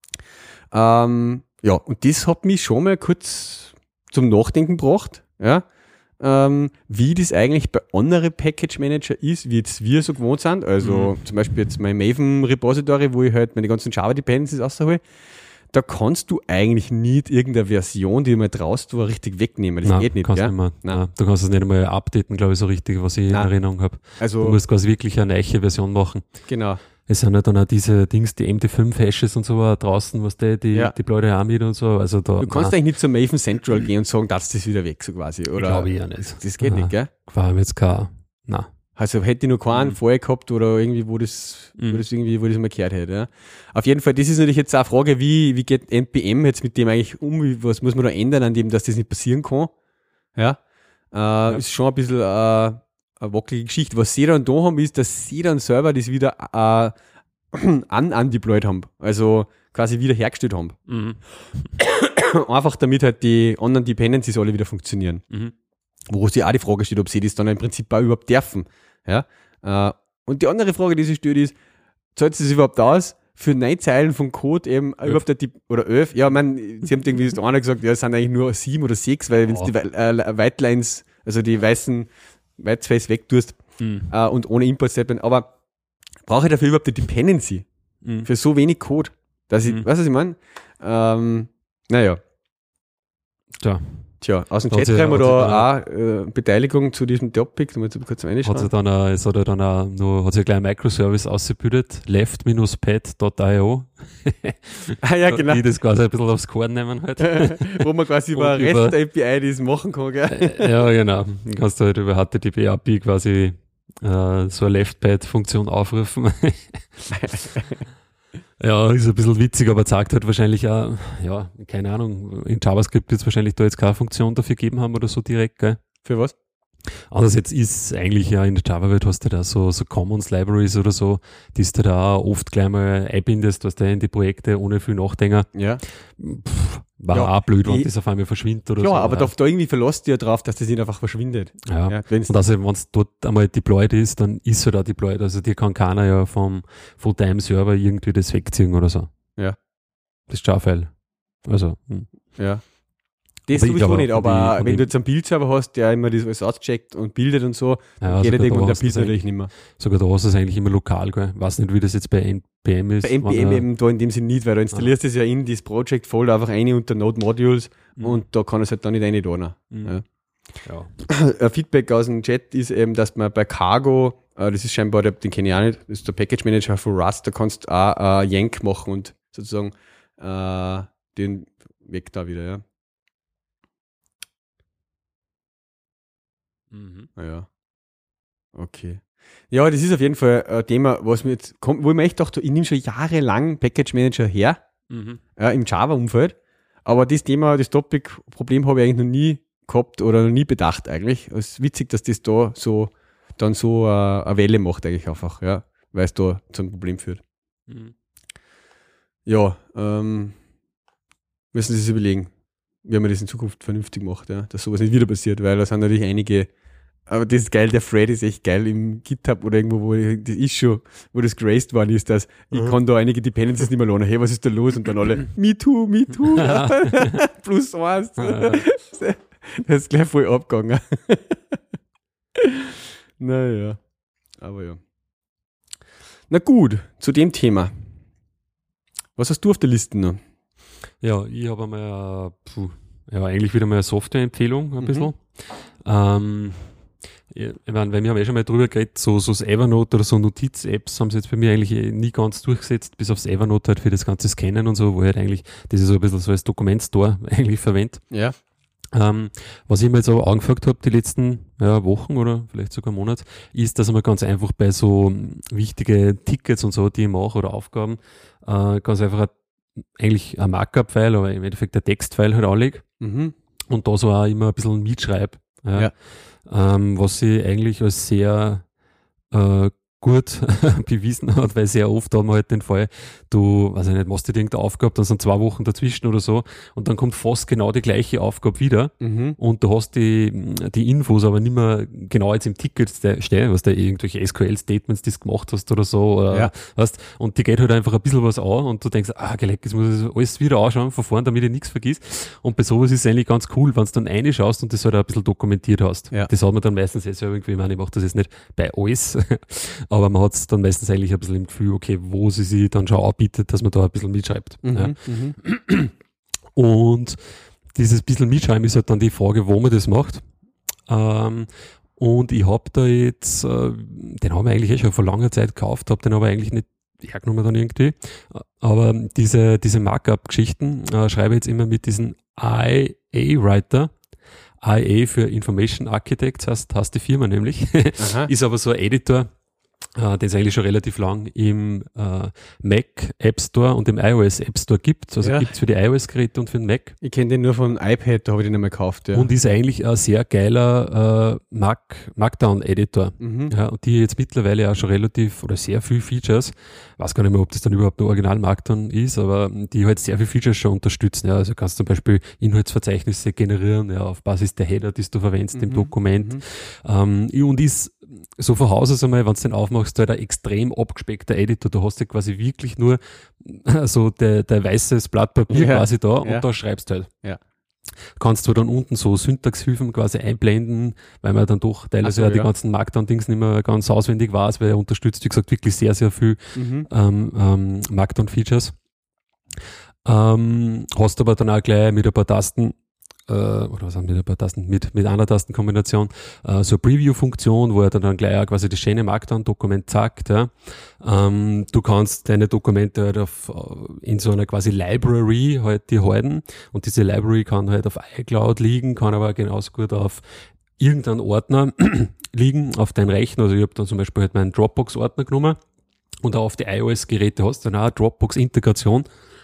Speaker 1: Ja, und das hat mich schon mal kurz zum Nachdenken gebracht, ja, wie das eigentlich bei anderen Package Manager ist, wie jetzt wir so gewohnt sind. Also zum Beispiel jetzt mein Maven Repository, wo ich halt meine ganzen Java Dependencies raushole. Da kannst du eigentlich nicht irgendeine Version, die du mal traust, war richtig wegnehmen. Das
Speaker 2: Nein,
Speaker 1: geht nicht,
Speaker 2: kannst
Speaker 1: gell?
Speaker 2: nicht mehr.
Speaker 1: Nein.
Speaker 2: Nein, du kannst es nicht einmal updaten, glaube ich, so richtig, was ich in
Speaker 1: Nein.
Speaker 2: Erinnerung habe. Du
Speaker 1: Also,
Speaker 2: musst quasi wirklich eine neue Version machen.
Speaker 1: genau.
Speaker 2: Es sind ja dann auch diese Dings, die MD5-Hashes und so auch draußen, was die
Speaker 1: Ja.
Speaker 2: Leute auch mit und so. Also da,
Speaker 1: Du kannst eigentlich nicht zum Maven Central gehen und sagen, das ist wieder weg, so quasi. Oder
Speaker 2: glaube ich ja nicht.
Speaker 1: das geht nicht, gell?
Speaker 2: Vor allem jetzt nein.
Speaker 1: Also hätte ich noch keinen vorher gehabt oder irgendwie, wo das mal gehört hätte. Ja. Auf jeden Fall, das ist natürlich jetzt auch eine Frage, wie geht NPM jetzt mit dem eigentlich um? Was muss man da ändern an dem, dass das nicht passieren kann? Ja. Ist schon ein bisschen eine wackelige Geschichte. Was sie dann da haben, ist, dass sie dann selber das wieder undeployed haben. Also quasi wieder hergestellt haben.
Speaker 2: Mhm.
Speaker 1: Einfach damit halt die anderen Dependencies alle wieder funktionieren.
Speaker 2: Mhm.
Speaker 1: Wo sich auch die Frage steht, ob sie das dann im Prinzip auch überhaupt dürfen. Ja? Und die andere Frage, die sich stellt, ist, zahlt sie das überhaupt aus, für 9 Zeilen von Code eben überhaupt oder 11? Ja, sie haben irgendwie das einer gesagt, ja, es sind eigentlich nur 7 oder 6, weil wenn du die Whitelines, also die weißen Whitespace wegtust und ohne Import-Statement, aber brauche ich dafür überhaupt eine Dependency? Für so wenig Code? Dass ich, weißt du, was ich meine? Naja. Tja, aus dem Chat-Schreiben oder auch Beteiligung zu diesem Topic, da muss ich kurz reinschauen.
Speaker 2: Es hat sich gleich ein Microservice ausgebildet, left-pad.io.
Speaker 1: Ja, genau.
Speaker 2: Die das quasi ein bisschen aufs Korn nehmen halt.
Speaker 1: Wo man quasi über REST-API das machen kann, gell?
Speaker 2: Ja, genau. Dann kannst du halt über HTTP-API quasi so eine Left-Pad-Funktion aufrufen. Ja, ist ein bisschen witzig, aber zeigt halt wahrscheinlich auch, ja, keine Ahnung, in JavaScript wird es wahrscheinlich da jetzt keine Funktion dafür gegeben haben oder so direkt, gell?
Speaker 1: Für was?
Speaker 2: Andererseits ist eigentlich ja in der Java-Welt hast du da so Commons Libraries oder so, die du da auch oft gleich mal einbindest, was da in die Projekte ohne viel Nachdenken.
Speaker 1: Ja.
Speaker 2: War auch blöd, wenn das auf einmal verschwindet oder so.
Speaker 1: Ja, aber da irgendwie verlässt du ja drauf, dass das nicht einfach verschwindet.
Speaker 2: Ja. Und also, wenn es dort einmal deployed ist, dann ist er da deployed. Also dir kann keiner ja vom Fulltime-Server irgendwie das wegziehen oder so.
Speaker 1: Ja.
Speaker 2: Das ist Jar-File. Also.
Speaker 1: Ja. Das sowieso nicht, aber wenn du jetzt einen Bildserver hast, der immer das alles auscheckt und bildet und so, dann geht irgendwann der Bild natürlich nicht mehr.
Speaker 2: Sogar da hast du es eigentlich immer lokal, gell? Weiß nicht, wie das jetzt bei NPM ist.
Speaker 1: Bei NPM eben da in dem Sinne nicht, weil du installierst es ja in das Project Folder einfach rein unter Node Modules und da kann es halt dann nicht rein tun. Ja. Ein Feedback aus dem Chat ist eben, dass man bei Cargo, das ist scheinbar, den kenne ich auch nicht, das ist der Package Manager von Rust, da kannst du auch Yank machen und sozusagen den weg da wieder, ja. Ja. Okay. Ja, das ist auf jeden Fall ein Thema, was mir jetzt kommt, wo ich mir echt dachte, ich nehme schon jahrelang Package Manager her, im Java-Umfeld, aber das Thema, das Topic-Problem habe ich eigentlich noch nie gehabt oder noch nie bedacht eigentlich. Es ist witzig, dass das da so eine Welle macht eigentlich einfach, ja, weil es da zum Problem führt. Ja, müssen Sie sich überlegen. wie man das in Zukunft vernünftig macht, ja, dass sowas nicht wieder passiert, weil da sind natürlich einige, aber das ist geil, der Thread ist echt geil im GitHub oder irgendwo, wo das Issue, wo das graced worden ist, dass ich kann da einige Dependencies nicht mehr lernen, hey, was ist da los? Und dann alle, me too, plus 1. Das ist gleich voll abgegangen. Naja, aber ja. Na gut, zu dem Thema. Was hast du auf der Liste noch?
Speaker 2: Ja, ich habe einmal eigentlich wieder mal eine Softwareempfehlung ein bisschen. Ich meine, weil wir haben schon mal drüber geredet, so das Evernote oder so Notiz-Apps haben sie jetzt bei mir eigentlich nie ganz durchgesetzt, bis aufs Evernote halt für das ganze Scannen und so, wo ich halt eigentlich das ist so ein bisschen so als Dokumentstore eigentlich verwende.
Speaker 1: Ja.
Speaker 2: Was ich mir jetzt aber angefragt habe die letzten Wochen oder vielleicht sogar Monate, ist, dass man ganz einfach bei so wichtige Tickets und so, die ich mache oder Aufgaben, ganz einfach eigentlich ein Markup-File, aber im Endeffekt ein Text-File halt anlege und da so auch immer ein bisschen mitschreibe. Ja. Was ich eigentlich als sehr gut bewiesen hat, weil sehr oft haben wir halt den Fall, du, weiß ich nicht, machst dir irgendeine Aufgabe, dann sind 2 Wochen dazwischen oder so und dann kommt fast genau die gleiche Aufgabe wieder und du hast die Infos aber nicht mehr genau jetzt im Ticket stehen, was da irgendwelche SQL-Statements, die du gemacht hast oder so, oder weißt, und die geht halt einfach ein bisschen was an und du denkst, gleich, jetzt muss ich alles wieder anschauen von vorn, damit ich nichts vergiss. Und bei sowas ist es eigentlich ganz cool, wenn du dann reinschaust und das halt auch ein bisschen dokumentiert hast. Ja. Das hat man dann meistens jetzt irgendwie, ich meine, ich mache das jetzt nicht bei alles, aber man hat es dann meistens eigentlich ein bisschen im Gefühl, okay, wo sie sich dann schon anbietet, dass man da ein bisschen mitschreibt. Und dieses bisschen mitschreiben ist halt dann die Frage, wo man das macht. Und ich habe da jetzt, den haben wir eigentlich schon vor langer Zeit gekauft, habe den aber eigentlich nicht hergenommen dann irgendwie. Aber diese Markup-Geschichten schreibe ich jetzt immer mit diesem IA-Writer. IA für Information Architects heißt die Firma nämlich. Ist aber so ein Editor, den es eigentlich schon relativ lang im Mac App Store und im iOS App Store gibt. Also gibt es für die iOS-Geräte und für den Mac.
Speaker 1: Ich kenne den nur vom iPad, da habe ich den einmal gekauft. Ja.
Speaker 2: Und ist eigentlich ein sehr geiler Markdown-Editor. Ja, und die jetzt mittlerweile auch schon relativ oder sehr viel Features, weiß gar nicht mehr, ob das dann überhaupt ein Original Markdown ist, aber die halt sehr viele Features schon unterstützen. Ja. Also kannst du zum Beispiel Inhaltsverzeichnisse generieren, auf Basis der Header, die du verwendest im Dokument. Und ist so von Haus aus einmal, wenn du den aufmachst, halt ein extrem abgespeckter Editor. Du hast ja quasi wirklich nur so der weißes Blatt Papier quasi da und da schreibst du halt. Ja. Kannst du dann unten so Syntaxhilfen quasi einblenden, weil man dann doch teilweise die ganzen Markdown-Dings nicht mehr ganz auswendig weiß, weil er unterstützt, wie gesagt, wirklich sehr, sehr viel Markdown-Features. Hast aber dann auch gleich mit ein paar Tasten oder was haben wir mit ein paar Tasten, mit einer Tastenkombination, so eine Preview-Funktion, wo er dann gleich auch quasi das schöne Markdown-Dokument zeigt. Ja. Du kannst deine Dokumente halt in so einer quasi Library halt die halten und diese Library kann halt auf iCloud liegen, kann aber genauso gut auf irgendeinen Ordner liegen, auf deinen Rechner. Also ich habe dann zum Beispiel halt meinen Dropbox-Ordner genommen und auch auf die iOS-Geräte hast du dann auch eine Dropbox-Integration,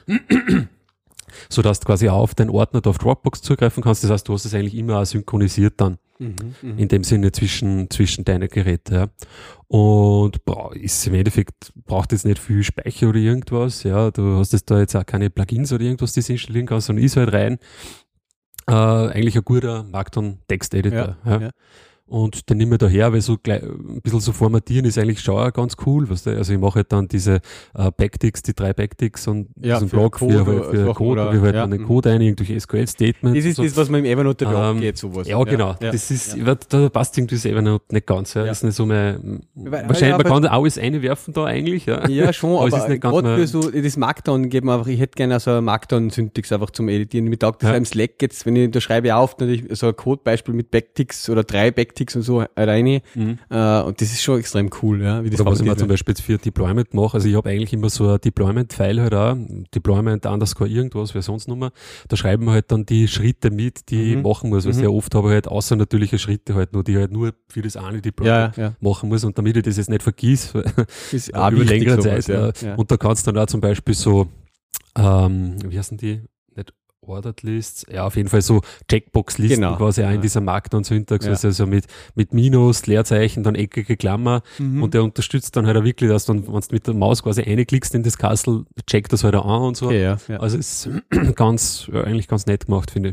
Speaker 2: so dass du quasi auch auf den Ordner da auf Dropbox zugreifen kannst. Das heißt, du hast es eigentlich immer auch synchronisiert dann. In dem Sinne zwischen deine Geräte. Ja. Und ist im Endeffekt, braucht jetzt nicht viel Speicher oder irgendwas. Ja, du hast jetzt da jetzt auch keine Plugins oder irgendwas, die du installieren kannst, sondern ist halt rein eigentlich ein guter Markdown-Text-Editor. Ja. Und den nehmen wir daher, weil so gleich, ein bisschen so formatieren ist eigentlich schon auch ganz cool. Weißt du? Also ich mache halt dann diese Backticks, die 3 Backticks und diesen Blog für Code, wie halt dann den Code ein, irgendwelche SQL-Statements.
Speaker 1: Das ist das, was man im Evernote abgeht, sowas.
Speaker 2: Ja, genau. Das ist, da passt irgendwie das Evernote nicht ganz. Ja. Das ist nicht so wahrscheinlich, man kann alles einwerfen da eigentlich.
Speaker 1: Ja, schon, aber ist nicht ganz gerade für so das Markdown geht man einfach, ich hätte gerne so eine Markdown-Syntax einfach zum Editieren. Mir taugt das im Slack jetzt, wenn ich da schreibe auf, natürlich so ein Codebeispiel mit Backticks oder 3 Backticks und so rein. Und das ist schon extrem cool, ja. Wie das
Speaker 2: was ich mir zum Beispiel jetzt für Deployment mache, also ich habe eigentlich immer so ein Deployment-File halt auch, Deployment _ irgendwas, Versionsnummer, da schreiben wir halt dann die Schritte mit, die ich machen muss, weil sehr oft habe ich halt außer natürliche Schritte halt nur, die ich halt nur für das eine Deployment machen muss und damit ich das jetzt nicht vergiss,
Speaker 1: ist
Speaker 2: über längere Zeit. Und da kannst du dann auch zum Beispiel so, wie heißen die? Nicht Ordered Lists, ja, auf jeden Fall so Checkbox-Listen quasi auch in dieser Markdown-Syntax, also mit Minus, Leerzeichen, dann eckige Klammer und der unterstützt dann halt auch wirklich, dass dann, wenn du mit der Maus quasi reinklickst in das Castle, checkt das halt auch an und so. Also ist eigentlich ganz nett gemacht, finde ich.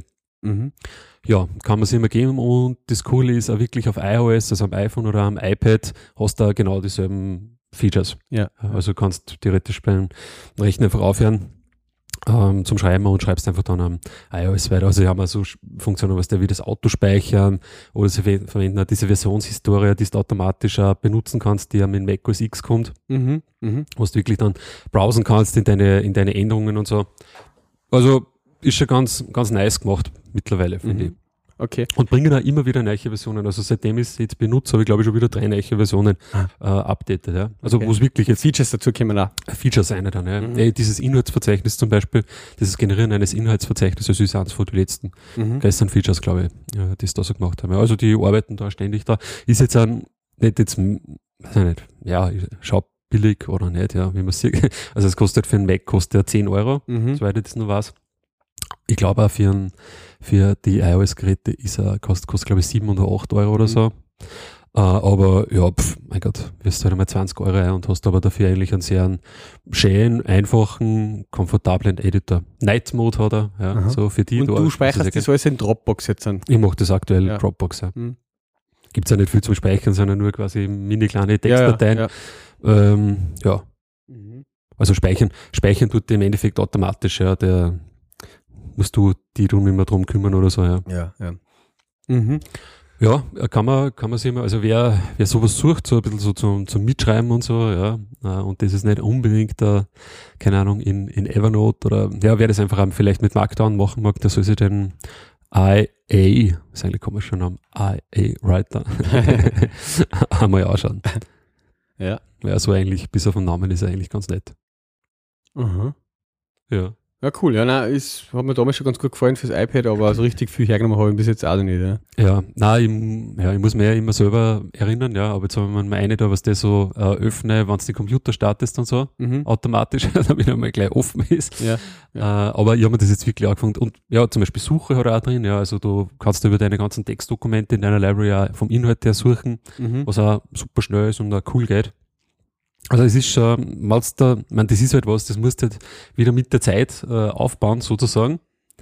Speaker 2: Ja, kann man sich immer geben und das Coole ist auch wirklich auf iOS, also am iPhone oder am iPad, hast du genau dieselben Features.
Speaker 1: Ja.
Speaker 2: Also kannst theoretisch beim Rechner einfach aufhören zum Schreiben und schreibst einfach dann am iOS weiter. Also wir haben auch so Funktionen, was der wie das Autospeichern oder sie verwenden auch diese Versionshistorie, die du automatisch auch benutzen kannst, die ja mit Mac OS X kommt, wo du wirklich dann browsen kannst in deine Änderungen und so. Also ist schon ganz, ganz nice gemacht mittlerweile, finde ich.
Speaker 1: Okay.
Speaker 2: Und bringen auch immer wieder neue Versionen. Also seitdem ich es jetzt benutze, habe ich glaube ich schon wieder 3 neue Versionen updated. Ja. Also wo es wirklich jetzt
Speaker 1: Features dazu kommen auch.
Speaker 2: Features sein dann. Ja. Dieses Inhaltsverzeichnis zum Beispiel, dieses Generieren eines Inhaltsverzeichnisses, das ist eins von den letzten größeren Features, glaube ich, die es da so gemacht haben. Ja. Also die arbeiten da ständig da. Ist jetzt nicht jetzt, weiß ich nicht, ja, schaut billig oder nicht, ja, wie man sieht. Also es kostet für einen Mac kostet ja 10 Euro, soweit ich das noch weiß. Ich glaube auch für die iOS-Geräte kostet glaube ich 7 oder 8 Euro oder so. Aber ja, mein Gott, wirst du halt einmal 20 Euro ein und hast aber dafür eigentlich einen sehr schönen, einfachen, komfortablen Editor. Night Mode hat er, ja, so für die.
Speaker 1: Und du speicherst das alles in Dropbox jetzt an?
Speaker 2: Ich mache das aktuell in Dropbox, ja. Gibt es ja nicht viel zum Speichern, sondern nur quasi mini kleine Textdateien. Ja. Also speichern tut im Endeffekt automatisch, ja, musst du die drum immer drum kümmern oder so, ja. Ja, kann man sich immer, also wer sowas sucht, so ein bisschen so zum Mitschreiben und so, ja, und das ist nicht unbedingt, keine Ahnung, in Evernote oder, ja, wer das einfach auch vielleicht mit Markdown machen mag, der soll sich den IA, ist eigentlich kann man schon am IA Writer einmal anschauen.
Speaker 1: Ja.
Speaker 2: Ja, so eigentlich, bis auf den Namen ist er eigentlich ganz nett. Ja.
Speaker 1: Ja, cool. Ja, nein, hat mir damals schon ganz gut gefallen fürs iPad, aber so richtig viel hergenommen habe ich bis jetzt auch noch nicht.
Speaker 2: Ja, nein, ich muss mir ja immer selber erinnern, ja, aber jetzt haben wir mal eine da, was der so öffne, wenn du den Computer startest und so, automatisch, damit er mal gleich offen ist. Ja. Aber ich habe mir das jetzt wirklich angefangen und ja, zum Beispiel Suche hat er auch drin, ja, also du kannst über deine ganzen Textdokumente in deiner Library auch vom Inhalt her suchen, was auch super schnell ist und auch cool geht. Also es ist schon, das ist halt was, das musst du halt wieder mit der Zeit aufbauen, sozusagen.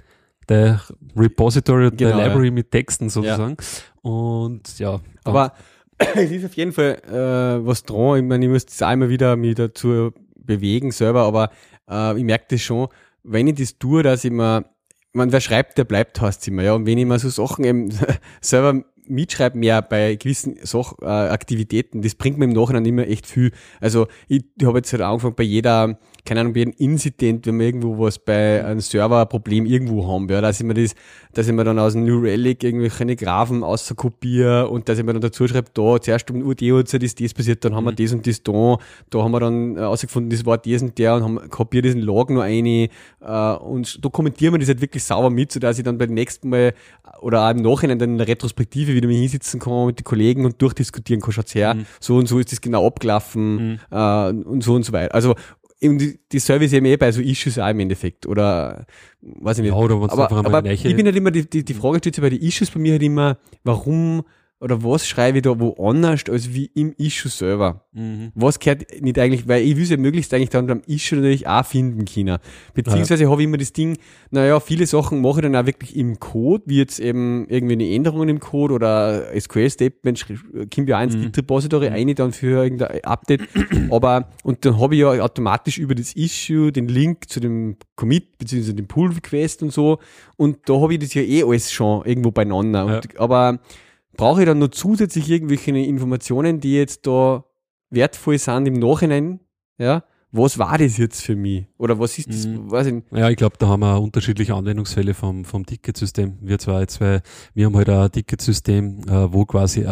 Speaker 2: Der Repository, der Library mit Texten sozusagen. Ja. Und ja.
Speaker 1: Aber es ist auf jeden Fall was dran. Ich meine, ich muss das auch immer wieder mich dazu bewegen selber, aber ich merke das schon, wenn ich das tue, dass ich mir, wer schreibt, der bleibt, heißt es immer, ja. Und wenn ich mir so Sachen eben selber mitschreibe, mehr bei gewissen Aktivitäten, das bringt mir im Nachhinein immer echt viel. Also ich habe jetzt halt angefangen bei jeder, keine Ahnung, bei jedem Incident, wenn wir irgendwo was bei einem Server ein Problem irgendwo haben, ja, dass ich mir dann aus dem New Relic irgendwelche Graphen auskopiere und dass ich mir dann dazu schreibe, da zuerst um UD-Uhrzeit ist das passiert, dann haben wir das und das da haben wir dann ausgefunden, das war das und der und haben kopiert diesen Log noch eine und dokumentieren wir das halt wirklich sauber mit, sodass ich dann beim nächsten Mal oder auch im Nachhinein dann in der Retrospektive wieder mal hinsitzen kann mit den Kollegen und durchdiskutieren kann, schaut's her, so und so ist das genau abgelaufen und so weiter. Also die Service eben bei so Issues auch im Endeffekt, oder weiß ich nicht.
Speaker 2: Ja, oder
Speaker 1: aber ich bin halt immer, die Frage stellt sich bei den Issues bei mir halt immer, warum oder was schreibe ich da woanders als wie im Issue selber? Was gehört nicht eigentlich, weil ich will es ja möglichst eigentlich dann beim Issue natürlich auch finden können. Beziehungsweise habe ich immer das Ding, viele Sachen mache ich dann auch wirklich im Code, wie jetzt eben irgendwie eine Änderung im Code oder SQL-Statement, kommt ja auch ins Git-Repository rein dann für irgendein Update, und dann habe ich ja automatisch über das Issue den Link zu dem Commit, beziehungsweise dem Pull-Request und so, und da habe ich das ja alles schon irgendwo beieinander. Aber brauche ich dann noch zusätzlich irgendwelche Informationen, die jetzt da wertvoll sind im Nachhinein? Ja, was war das jetzt für mich? Oder was ist das? Weiß ich nicht.
Speaker 2: Ja, ich glaube, da haben wir unterschiedliche Anwendungsfälle vom Ticketsystem. Wir haben halt ein Ticketsystem, wo quasi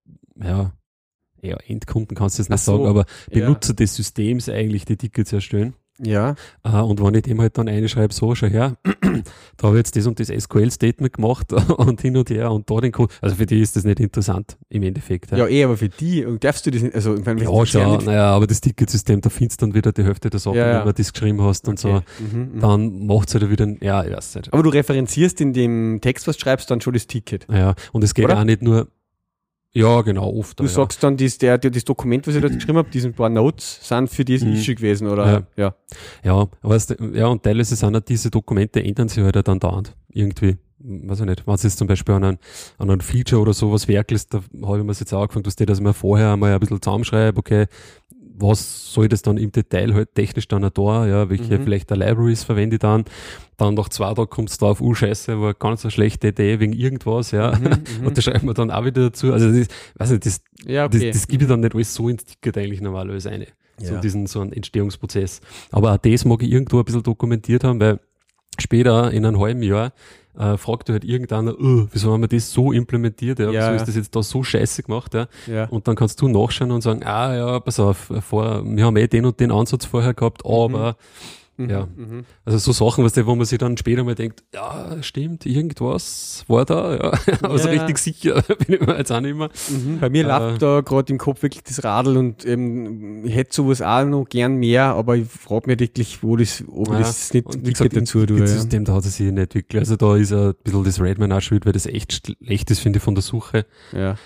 Speaker 2: Endkunden kannst du es nicht sagen, aber Benutzer des Systems eigentlich die Tickets erstellen.
Speaker 1: Ja.
Speaker 2: Und wenn ich dem halt dann einschreibe, so, schau her, da habe ich jetzt das und das SQL-Statement gemacht und hin und her und da den Code. Also für die ist das nicht interessant im Endeffekt.
Speaker 1: Ja, aber für die darfst du das nicht, also
Speaker 2: aber das Ticketsystem, da findest du dann wieder die Hälfte der Sachen, wenn du das geschrieben hast und so. Dann macht es halt wieder, ich weiß nicht.
Speaker 1: Aber du referenzierst in dem Text, was du schreibst, dann schon das Ticket.
Speaker 2: Ja, und es geht auch nicht nur. Ja, genau, oft.
Speaker 1: Du sagst dann, das Dokument, was ich da geschrieben habe, diesen paar Notes sind für das Issue gewesen, oder?
Speaker 2: Ja, und teilweise sind auch diese Dokumente, ändern sich halt dann dauernd irgendwie. weiß ich nicht, wenn du jetzt zum Beispiel an einem Feature oder sowas werkelst, da habe ich mir jetzt auch angefangen, dass ich mir vorher einmal ein bisschen zusammenschreibe, okay, was soll das dann im Detail halt technisch dann auch da, ja, welche vielleicht der Libraries verwende ich dann nach 2 Tagen kommst du drauf, scheiße, war ganz eine schlechte Idee wegen irgendwas, ja, und das schreibt man dann auch wieder dazu, also das, weiß nicht, das gebe ich dann nicht alles so ins Ticket eigentlich normalerweise eine, so einen Entstehungsprozess, aber auch das mag ich irgendwo ein bisschen dokumentiert haben, weil später in einem halben Jahr fragt halt irgendeiner, wieso haben wir das so implementiert, ja, wieso ist das jetzt da so scheiße gemacht, ja? Und dann kannst du nachschauen und sagen, pass auf, wir haben den und den Ansatz vorher gehabt, aber also so Sachen, wo man sich dann später mal denkt, ja, stimmt, irgendwas war da, ja, aber so richtig sicher bin ich mir jetzt auch nicht mehr.
Speaker 1: Bei mir läuft da gerade im Kopf wirklich das Radl und ich hätte sowas auch noch gern mehr, aber ich frage mich wirklich, ob ich das nicht
Speaker 2: gesagt, dazu tue. Das System, da hat es sich nicht entwickelt. Also da ist ein bisschen das Redman auch schuld, weil das echt schlecht ist, finde ich, von der Suche.
Speaker 1: Ja.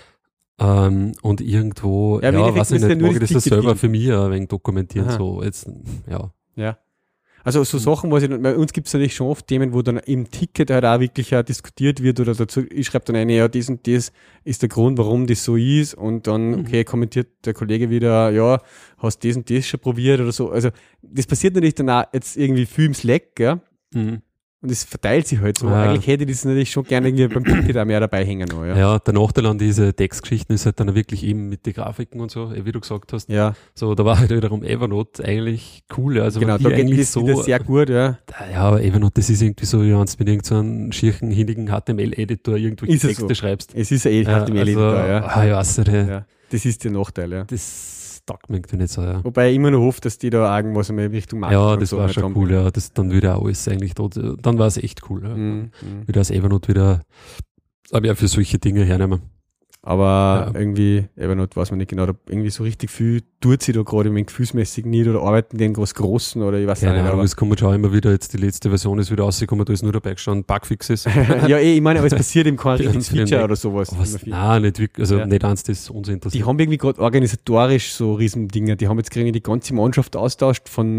Speaker 2: Und irgendwo, weiß ich nicht, mag ich das selber für mich ein wenig dokumentieren, so jetzt,
Speaker 1: Ja. Also so Sachen, bei uns gibt es natürlich schon oft Themen, wo dann im Ticket halt auch wirklich diskutiert wird oder dazu, ich schreibe dann eine, das und das ist der Grund, warum das so ist und dann, okay, kommentiert der Kollege wieder, ja, hast das und das schon probiert oder so. Also das passiert natürlich dann auch jetzt irgendwie viel im Slack, gell? Und es verteilt sich halt so. Ja. Eigentlich hätte ich das natürlich schon gerne irgendwie beim Ticket auch mehr dabei hängen. Noch,
Speaker 2: ja, der Nachteil an diese Textgeschichten ist halt dann wirklich eben mit den Grafiken und so, wie du gesagt hast.
Speaker 1: Ja.
Speaker 2: So, da war halt wiederum Evernote eigentlich cool. Also
Speaker 1: genau, da geht das so sehr gut, ja.
Speaker 2: Ja, aber Evernote, das ist irgendwie so, wie wenn du mit irgendeinem schierchen, hinnigen HTML-Editor irgendwelche Texte
Speaker 1: so
Speaker 2: schreibst.
Speaker 1: Es ist ein HTML-Editor,
Speaker 2: also, ja. Ja.
Speaker 1: Das ist der Nachteil, ja.
Speaker 2: Das taugt mir irgendwie nicht so, ja.
Speaker 1: Wobei ich immer noch hoffe, dass die da irgendwas einmal Richtung
Speaker 2: Marketing ja, das so war schon haben. Cool, ja. Das, dann würde auch alles eigentlich dort, dann war es echt cool, ja. Wieder das Evernote wieder, aber ja, für solche Dinge hernehmen.
Speaker 1: Aber irgendwie, Evernote weiß man nicht genau, irgendwie so richtig viel tut sie da gerade gefühlsmäßig nicht oder arbeiten den was Großen oder ich weiß nicht.
Speaker 2: Aber es kommt schon immer wieder, jetzt die letzte Version ist wieder rausgekommen, da ist nur dabei gestanden, Bugfixes.
Speaker 1: Ja, ich meine, aber es passiert eben kein richtiges Feature oder sowas.
Speaker 2: Nein, nicht wirklich, also nicht eins, das uns interessiert.
Speaker 1: Die haben irgendwie gerade organisatorisch so Riesendinger, die haben jetzt kriegen die ganze Mannschaft austauscht von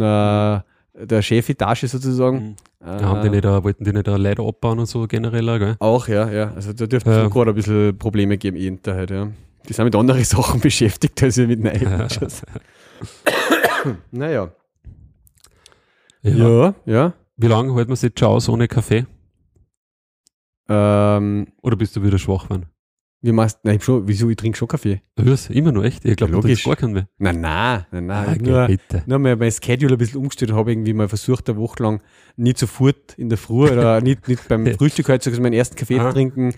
Speaker 1: der Chefetage sozusagen.
Speaker 2: Wollten die nicht Leiter abbauen und so generell, gell?
Speaker 1: Auch, ja. Also da dürfte es gerade ein bisschen Probleme geben, halt, ja. Die sind mit anderen Sachen beschäftigt, als wir mit neuen Features. Naja. Ja.
Speaker 2: Wie lange halten wir es jetzt schon aus ohne Kaffee? Oder bist du wieder schwach geworden?
Speaker 1: Wieso? Ich trinke schon Kaffee.
Speaker 2: Was? Immer noch, echt? Ich glaube, du trinkst gar keinen mehr.
Speaker 1: Nein.
Speaker 2: Okay,
Speaker 1: nur mal mein Schedule ein bisschen umgestellt, habe irgendwie mal versucht, eine Woche lang nicht sofort in der Früh oder nicht beim Frühstück halt so meinen ersten Kaffee zu trinken,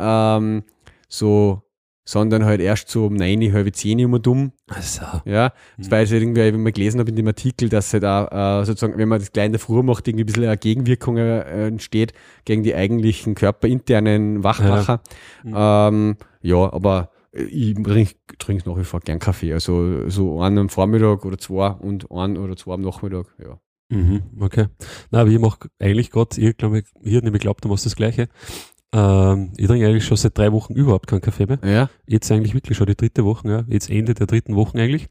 Speaker 1: sondern halt erst so um 9, halb 10 Uhr dumm.
Speaker 2: Also.
Speaker 1: Ja, das war also irgendwie, wenn man gelesen habe in dem Artikel, dass halt auch sozusagen, wenn man das gleich in der Früh macht, irgendwie ein bisschen eine Gegenwirkung entsteht gegen die eigentlichen körperinternen Wachmacher. Aber ich trinke nach wie vor gern Kaffee. Also so einen am Vormittag oder 2 und 1 oder 2 am Nachmittag, ja.
Speaker 2: Okay. Na, aber ich mache eigentlich gerade, ich glaube, du machst das Gleiche. Ich trinke eigentlich schon seit 3 Wochen überhaupt keinen Kaffee mehr.
Speaker 1: Ja.
Speaker 2: Jetzt eigentlich wirklich schon die 3. Woche, ja. Jetzt Ende der 3. Woche eigentlich.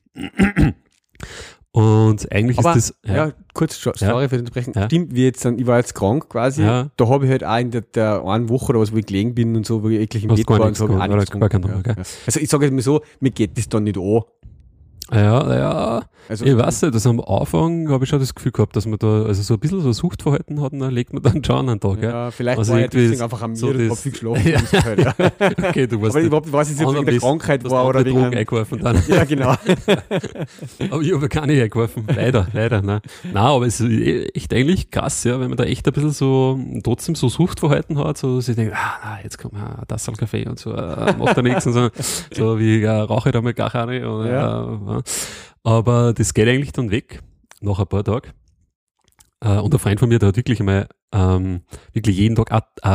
Speaker 2: Und eigentlich
Speaker 1: aber,
Speaker 2: ist das...
Speaker 1: Ja, kurz, sorry für den Unterbrechen. Ja. Stimmt, ich war jetzt krank quasi. Ja. Da habe ich halt auch in der einen Woche oder was, wo ich gelegen bin und so, wo ich eklig im Bett war und so, habe ich auch nichts getrunken. Also ich sage jetzt mal so, mir geht das dann nicht an.
Speaker 2: Ja. Also, ich weiß nicht, am Anfang habe ich schon das Gefühl gehabt, dass man da, also so ein bisschen so Suchtverhalten hat, und dann legt man dann schon einen Tag.
Speaker 1: Ja, vielleicht also war ja deswegen einfach an mir, so ich habe viel geschlafen. Ja. Halt, ja.
Speaker 2: Okay, du warst.
Speaker 1: Aber ich weiß nicht, ob es wegen der Krankheit war oder wegen
Speaker 2: Drogen eingeworfen dann.
Speaker 1: Ja, genau.
Speaker 2: Aber ich habe keine eingeworfen. Leider, nein. Nein, aber es ist echt eigentlich krass, ja, wenn man da echt ein bisschen so, trotzdem so Suchtverhalten hat, so, dass ich denke, jetzt kommt ein Tassel Kaffee und so, macht da nichts und so wie, rauche ich da mal gar keine oder, aber das geht eigentlich dann weg, nach ein paar Tagen. Und ein Freund von mir, der hat wirklich einmal, wirklich jeden Tag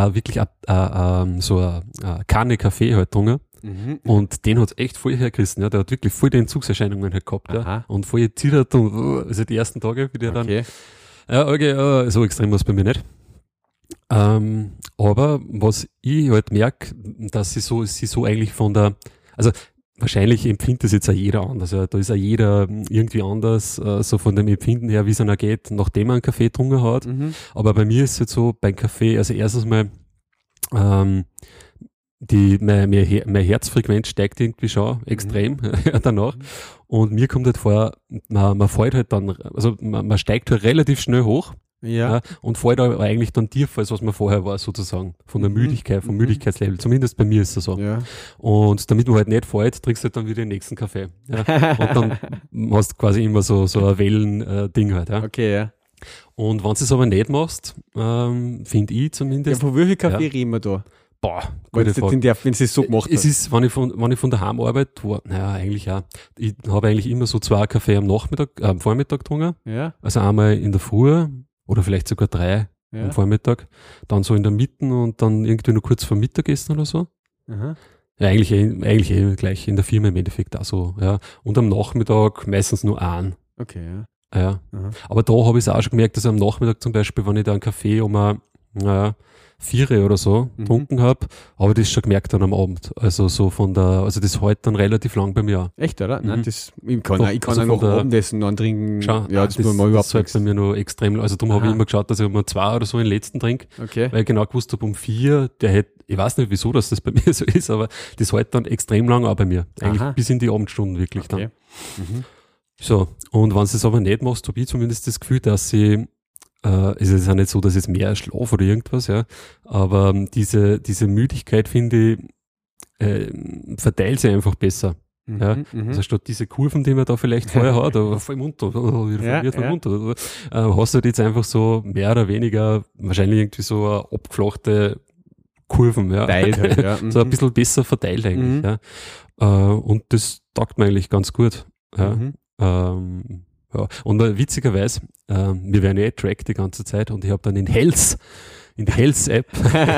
Speaker 2: so eine Kanne Kaffee halt getrunken. Und den hat es echt voll hergerissen, ja. Der hat wirklich voll die Entzugserscheinungen halt gehabt, ja. Und voll gezittert und, also die ersten Tage, wie der dann. So extrem war es bei mir nicht. Aber was ich halt merke, dass sie so eigentlich also wahrscheinlich empfindet das jetzt auch jeder anders. Also da ist auch jeder irgendwie anders, so von dem Empfinden her, wie es einer geht, nachdem er einen Kaffee getrunken hat. Aber bei mir ist es jetzt so, beim Kaffee, also erstens mal, Meine Herzfrequenz steigt irgendwie schon extrem danach. Und mir kommt halt vor, man fällt halt dann, also man steigt halt relativ schnell hoch. Ja, und fällt aber eigentlich dann tiefer, als was man vorher war, sozusagen. Von der Müdigkeit, vom Müdigkeitslevel. Zumindest bei mir ist das so.
Speaker 1: Ja.
Speaker 2: Und damit man halt nicht fällt, trinkst du halt dann wieder den nächsten Kaffee. Ja. Und dann hast du quasi immer so ein Wellen-Ding halt. Ja.
Speaker 1: Okay, ja.
Speaker 2: Und wenn du es aber nicht machst, finde ich zumindest.
Speaker 1: Ja, von wie viel Kaffee reden wir da?
Speaker 2: Boah,
Speaker 1: gute Frage. Wenn es so gemacht
Speaker 2: Es ist, wenn ich von daheim arbeite, eigentlich auch. Ich habe eigentlich immer so 2 Kaffee am Vormittag getrunken.
Speaker 1: Ja.
Speaker 2: Also einmal in der Früh oder vielleicht sogar 3 am Vormittag. Dann so in der Mitte und dann irgendwie nur kurz vor Mittagessen oder so.
Speaker 1: Aha.
Speaker 2: Ja, eigentlich gleich in der Firma im Endeffekt auch so, ja. Und am Nachmittag meistens nur einen.
Speaker 1: Okay, ja.
Speaker 2: Ja. Aha. Aber da habe ich es auch schon gemerkt, dass am Nachmittag zum Beispiel, wenn ich da einen Kaffee um 4 oder so getrunken habe ich das schon gemerkt dann am Abend. Also so also das hält dann relativ lang bei mir an.
Speaker 1: Echt, oder? Nein, ich kann auch noch Abendessen noch trinken.
Speaker 2: Ja, das hält bei mir noch extrem. Also darum habe ich immer geschaut, dass ich um 2 oder so den letzten trinke.
Speaker 1: Okay.
Speaker 2: Weil ich genau gewusst habe, um 4, ich weiß nicht wieso, dass das bei mir so ist, aber das hält dann extrem lang auch bei mir. Eigentlich bis in die Abendstunden wirklich dann. So, und wenn du es aber nicht machst, habe ich zumindest das Gefühl, dass es ist ja nicht so, dass ich mehr schlafe oder irgendwas, ja, aber diese Müdigkeit, finde ich, verteilt sich einfach besser. Ja, also statt diese Kurven, die man da vielleicht vorher hat, voll munter, hast du jetzt einfach so mehr oder weniger wahrscheinlich irgendwie so eine abgeflachte Kurven, ja.
Speaker 1: Verteilt halt, ja.
Speaker 2: So ein bisschen besser verteilt eigentlich, ja. Und das taugt mir eigentlich ganz gut. Ja. Ja. Und witzigerweise, wir werden ja tracked die ganze Zeit und ich habe dann in die Health-App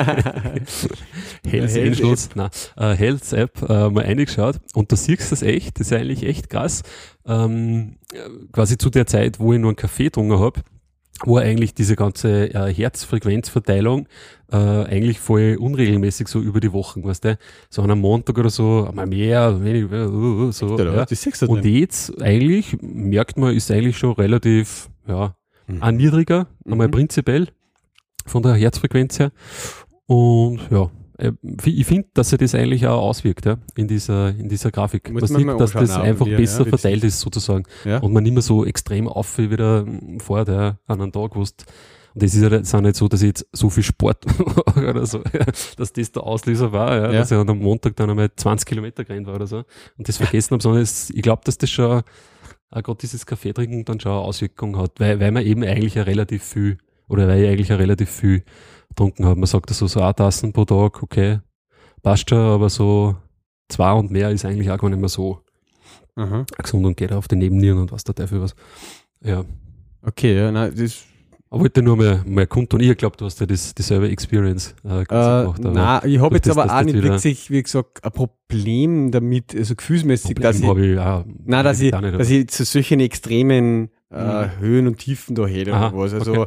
Speaker 2: Health-App mal reingeschaut und da siehst du das echt, das ist eigentlich echt krass. Quasi zu der Zeit, wo ich nur einen Kaffee getrunken habe, wo eigentlich diese ganze Herzfrequenzverteilung eigentlich voll unregelmäßig so über die Wochen, weißt du, so an einem Montag oder so, mal mehr, weniger, so. Ja. Und jetzt eigentlich, merkt man, ist eigentlich schon relativ, auch niedriger, einmal prinzipiell von der Herzfrequenz her. Und ja, ich finde, dass sich das eigentlich auch auswirkt, ja, in dieser Grafik. Man sieht, dass das einfach besser verteilt ist, sozusagen. Ja. Und man nicht mehr so extrem auf wie wieder vorher an einem Tag, wo und das ist ja jetzt auch nicht so, dass ich jetzt so viel Sport mache oder so, ja, dass das der Auslöser war, dass ich am Montag dann einmal 20 Kilometer gerannt war oder so und das vergessen habe, sondern ich glaube, dass das schon, auch gerade dieses Kaffeetrinken dann schon eine Auswirkung hat, weil man eben eigentlich relativ viel getrunken habe. Man sagt so 1 Tassen pro Tag, okay, passt schon, aber so 2 und mehr ist eigentlich auch gar nicht mehr so gesund und geht auf die Nebennieren und was da dafür was. Ja.
Speaker 1: Okay, ja, nein, das.
Speaker 2: Aber wollte nur mal kundtun. Ich glaube, du hast ja dieselbe Experience gemacht.
Speaker 1: Nein, ich habe jetzt aber auch nicht wirklich, wie gesagt, ein Problem damit, also gefühlsmäßig, dass ich zu solchen extremen Höhen und Tiefen da hätte oder was. Also,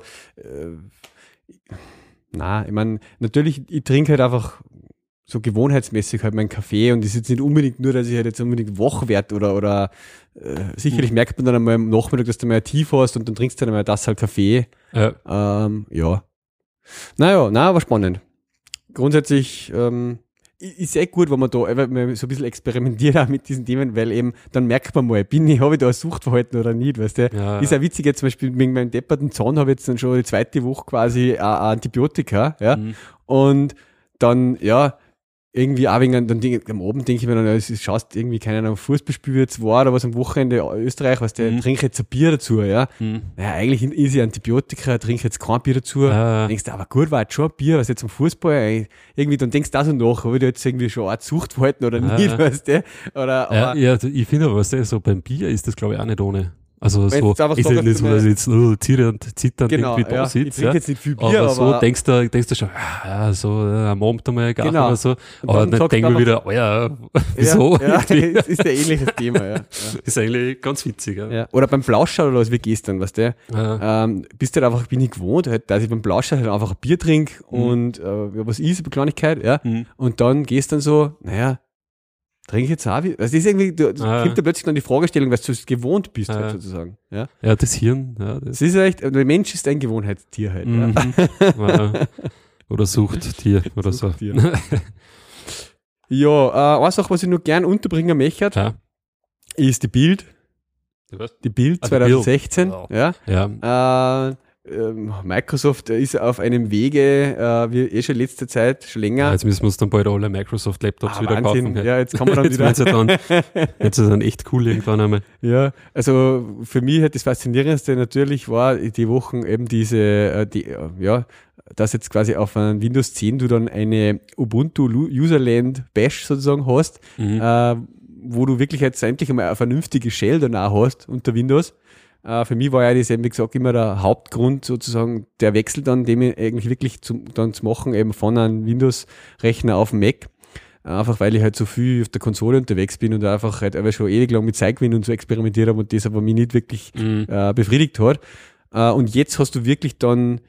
Speaker 1: ich meine, natürlich, ich trinke halt einfach so gewohnheitsmäßig halt meinen Kaffee und das ist jetzt nicht unbedingt nur, dass ich halt jetzt unbedingt wach werde oder sicherlich merkt man dann einmal am Nachmittag, dass du mal ein Tief hast und dann trinkst du dann einmal das halt Kaffee. Ja. Aber spannend. Grundsätzlich ist echt gut, wenn man da so ein bisschen experimentiert auch mit diesen Themen, weil eben dann merkt man mal, habe ich da ein Suchtverhalten oder nicht, weißt du? Ja. Ist ja witzig, jetzt zum Beispiel wegen meinem depperten Zahn habe ich jetzt dann schon die 2. Woche quasi ein Antibiotika, ja, und dann, irgendwie auch wegen, am Abend denke ich mir dann, es schaust irgendwie, keine Ahnung, Fußballspiel jetzt war oder was am Wochenende Österreich, was der trinke jetzt ein Bier dazu, ja. Naja, eigentlich ist ich Antibiotika, trinke jetzt kein Bier dazu. Denkst du, aber gut, war jetzt schon ein Bier, was jetzt am Fußball, irgendwie, dann denkst du auch so nach, habe ich da jetzt irgendwie schon eine Suchtverhalten oder nicht, weißt du? Oder,
Speaker 2: ich finde aber, so beim Bier ist das, glaube ich, auch nicht ohne. Also so ist ja nicht so, dass ich jetzt zitternd irgendwie da sitze. Ich trinke jetzt nicht viel Bier, aber so denkst du schon, so am Abend einmal gar oder so. Aber dann denken wir wieder, wieso?
Speaker 1: Ja, das ist ein ähnliches Thema, ja.
Speaker 2: Ist eigentlich ganz witzig, ja.
Speaker 1: Oder beim Plauschau oder was wie gestern, weißt du? Bist du halt einfach, bin ich gewohnt, halt, dass ich beim Plauschau halt einfach ein Bier trinke und was ist, eine Kleinigkeit, ja. Und dann gehst dann so, trinke ich jetzt auch wieder. Also das ist irgendwie, kommt da plötzlich dann die Fragestellung, weil du es gewohnt bist, halt sozusagen. Ja,
Speaker 2: das Hirn.
Speaker 1: Das ist echt, der Mensch ist ein Gewohnheitstier halt.
Speaker 2: oder Suchttier oder so.
Speaker 1: Suchttier. Ja, eine Sache, was ich noch gern unterbringen möchte,
Speaker 2: Ja.
Speaker 1: ist die Bild.
Speaker 2: Was?
Speaker 1: Die Bild
Speaker 2: Ah, die
Speaker 1: 2016.
Speaker 2: Bild.
Speaker 1: Ja.
Speaker 2: Ja,
Speaker 1: Microsoft ist auf einem Wege, wie schon letzte Zeit, schon länger.
Speaker 2: jetzt müssen wir uns dann bald alle Microsoft-Laptops wieder
Speaker 1: Wahnsinn.
Speaker 2: kaufen.
Speaker 1: Ja, jetzt kann man dann
Speaker 2: Jetzt
Speaker 1: wieder.
Speaker 2: wird es dann echt cool irgendwann einmal.
Speaker 1: Ja, also für mich hat das Faszinierendste natürlich war die Wochen eben dass jetzt quasi auf einem Windows 10 du dann eine Ubuntu Userland Bash sozusagen hast, wo du wirklich jetzt endlich einmal eine vernünftige Shell dann auch hast unter Windows. Für mich war ja das eben, wie gesagt, immer der Hauptgrund sozusagen, der Wechsel dann, dem eigentlich wirklich dann zu machen, eben von einem Windows-Rechner auf den Mac. Einfach weil ich halt so viel auf der Konsole unterwegs bin und einfach halt aber schon ewig lang mit Cygwin und so experimentiert habe und das aber mich nicht wirklich befriedigt hat. Und jetzt hast du wirklich dann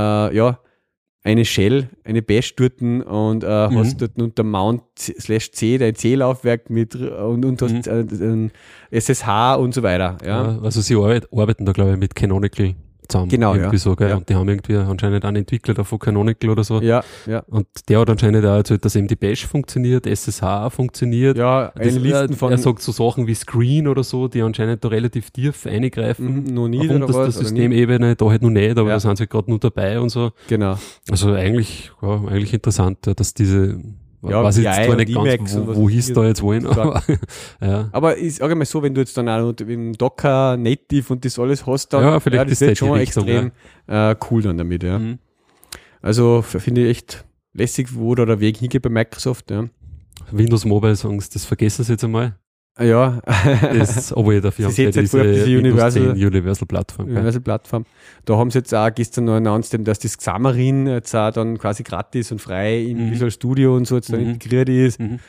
Speaker 1: eine Shell, eine Bash dort und hast dort unter Mount/C dein C-Laufwerk mit und hast ein SSH und so weiter. Ja.
Speaker 2: Also sie arbeiten da, glaube ich, mit Canonical zusammen.
Speaker 1: Genau,
Speaker 2: irgendwie
Speaker 1: ja.
Speaker 2: so, gell?
Speaker 1: Ja.
Speaker 2: Und die haben irgendwie anscheinend einen Entwickler da von Canonical oder so.
Speaker 1: Ja, ja.
Speaker 2: Und der hat anscheinend auch erzählt, dass eben die Bash funktioniert, SSH funktioniert.
Speaker 1: Ja, eine Liste von.
Speaker 2: Er sagt so Sachen wie Screen oder so, die anscheinend da relativ tief eingreifen.
Speaker 1: Noch nie
Speaker 2: auf
Speaker 1: oder
Speaker 2: unterster
Speaker 1: was, oder
Speaker 2: Systemebene, da halt noch nicht, aber
Speaker 1: Ja.
Speaker 2: da sind sie gerade nur dabei und so.
Speaker 1: Genau.
Speaker 2: Also eigentlich interessant, ja, dass diese,
Speaker 1: Ja,
Speaker 2: weiß ich jetzt
Speaker 1: VI
Speaker 2: zwar
Speaker 1: und
Speaker 2: nicht ganz,
Speaker 1: Emacs und was
Speaker 2: wo
Speaker 1: ich
Speaker 2: hieß da jetzt wollen,
Speaker 1: gesagt.
Speaker 2: aber ja.
Speaker 1: Aber ich sage mal so, wenn du jetzt dann auch noch im Docker Native und das alles hast, dann
Speaker 2: Ja, vielleicht
Speaker 1: das
Speaker 2: ist
Speaker 1: wird
Speaker 2: das die
Speaker 1: schon
Speaker 2: Richtung,
Speaker 1: extrem cool dann damit. Ja.
Speaker 2: Mhm.
Speaker 1: Also finde ich echt lässig, wo da der Weg hingeht bei Microsoft. Ja.
Speaker 2: Windows Mobile sagen sie, das vergessen sie jetzt einmal.
Speaker 1: Ja.
Speaker 2: Das, aber dafür
Speaker 1: Sie
Speaker 2: haben sie
Speaker 1: setzen jetzt vor, diese
Speaker 2: Windows
Speaker 1: Universal-
Speaker 2: 10 Universal-Plattform. gell?
Speaker 1: Universal-Plattform. Da haben sie jetzt auch gestern noch announced, dass das Xamarin jetzt auch dann quasi gratis und frei im Visual Studio und so jetzt dann integriert ist.
Speaker 2: Mhm.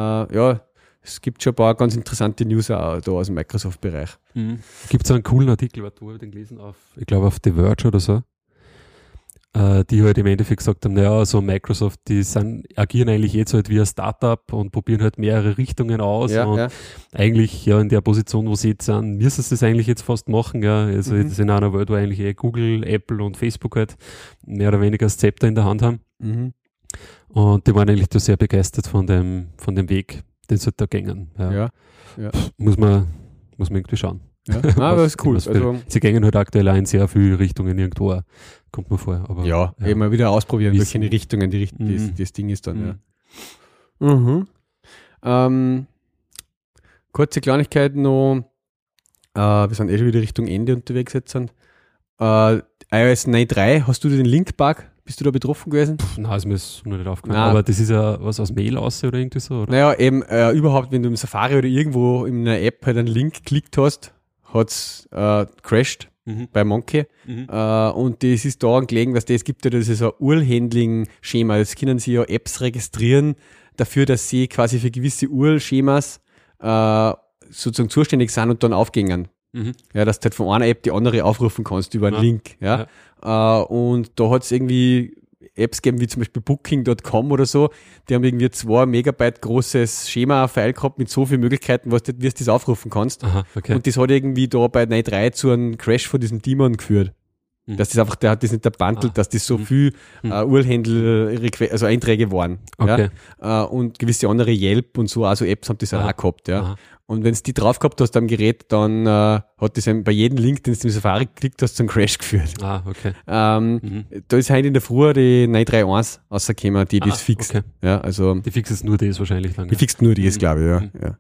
Speaker 1: Es gibt schon ein paar ganz interessante News auch da aus dem Microsoft-Bereich.
Speaker 2: Gibt es einen coolen Artikel, wo habe ich den gelesen? Ich glaube auf The Verge oder so. Die halt im Endeffekt gesagt haben, naja, so Microsoft, agieren eigentlich jetzt halt wie ein Startup und probieren halt mehrere Richtungen aus und eigentlich ja in der Position, wo sie jetzt sind, müssen sie das eigentlich jetzt fast machen, ja. Also jetzt in einer Welt, wo eigentlich Google, Apple und Facebook halt mehr oder weniger das Zepter in der Hand haben. Und die waren eigentlich da sehr begeistert von dem Weg, den sie halt da gängen. Ja. Muss man irgendwie schauen.
Speaker 1: Ja. Aber das ist cool. Also,
Speaker 2: sie gehen halt aktuell auch in sehr viele Richtungen irgendwo, kommt mir vor. Aber,
Speaker 1: eben mal wieder ausprobieren,
Speaker 2: Wissen.
Speaker 1: welche Richtungen das Ding ist dann. Kurze Kleinigkeit noch. Wir sind schon wieder Richtung Ende unterwegs jetzt. iOS 9.3, hast du den Link-Bug? Bist du da betroffen gewesen?
Speaker 2: Nein, ist mir jetzt noch nicht aufgefallen.
Speaker 1: Nein.
Speaker 2: Aber das ist ja was aus Mail aus oder irgendwie so, oder?
Speaker 1: Naja, eben überhaupt, wenn du im Safari oder irgendwo in einer App halt einen Link geklickt hast, hat es crashed bei Monkey. Und das ist daran gelegen, dass es gibt ja das so ein URL-Handling-Schema. Das können sie ja Apps registrieren dafür, dass sie quasi für gewisse URL-Schemas sozusagen zuständig sind und dann aufgängen. Ja, dass du halt von einer App die andere aufrufen kannst über einen Link. Ja. Und da hat es irgendwie Apps gegeben, wie zum Beispiel Booking.com oder so, die haben irgendwie 2 Megabyte großes Schema-File gehabt mit so vielen Möglichkeiten, wie du das aufrufen kannst.
Speaker 2: Aha, okay.
Speaker 1: Und das hat irgendwie da bei 9.3 zu einem Crash von diesem Daemon geführt. Dass das einfach, der hat das nicht erbandelt, dass das so viel URL-Handle, Einträge waren.
Speaker 2: Okay.
Speaker 1: Ja? Und gewisse andere Yelp und so, also Apps haben das auch gehabt. Ja? Und wenn du die drauf gehabt hast am Gerät, dann hat das bei jedem Link, den du im Safari geklickt hast, zu einem Crash geführt.
Speaker 2: Okay.
Speaker 1: Da ist heute in der Früh die 9.3.1 rausgekommen, die das fixt.
Speaker 2: Okay.
Speaker 1: Ja, also
Speaker 2: Die fixt es nur das wahrscheinlich lang.
Speaker 1: die fixt nur das, glaube ich.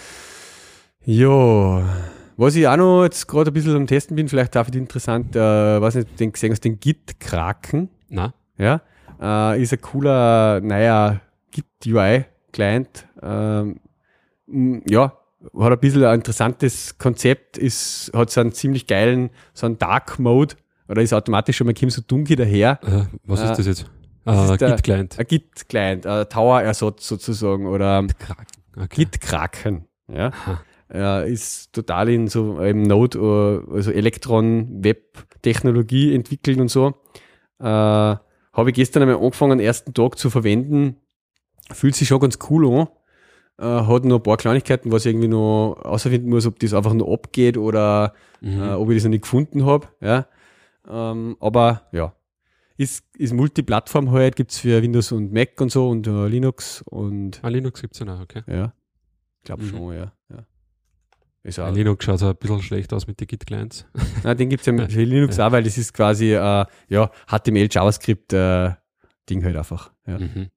Speaker 1: Ja. Was ich auch noch jetzt gerade ein bisschen am Testen bin, vielleicht auch für die interessant, weiß nicht, den gesehen hast, den Git-Kraken.
Speaker 2: Na?
Speaker 1: Ja. Ist ein cooler, neuer Git-UI-Client. Hat ein bisschen ein interessantes Konzept, hat so einen ziemlich geilen, so einen Dark Mode, oder ist automatisch schon mal so dunkel daher.
Speaker 2: Was ist das jetzt?
Speaker 1: Das ist
Speaker 2: Git-Client.
Speaker 1: Ein Git-Client, Tower-Ersatz sozusagen, oder
Speaker 2: Okay.
Speaker 1: Git-Kraken. Ja. Ist total in so einem Node, also Elektron-Web-Technologie entwickelt und so. Habe ich gestern einmal angefangen, den ersten Tag zu verwenden. Fühlt sich schon ganz cool an. Hat noch ein paar Kleinigkeiten, was ich irgendwie noch ausfinden muss, ob das einfach nur abgeht oder ob ich das noch nicht gefunden habe. Ja. Aber ja, ist Multiplattform halt, gibt's für Windows und Mac und so und Linux und.
Speaker 2: Linux gibt's ja noch, okay.
Speaker 1: Ja. Ich glaube schon, ja. Ist auch,
Speaker 2: Linux schaut so ein bisschen schlecht aus mit den Git-Clients.
Speaker 1: Nein, den gibt's ja für Linux auch, weil das ist quasi, HTML, JavaScript, Ding halt einfach. Ja.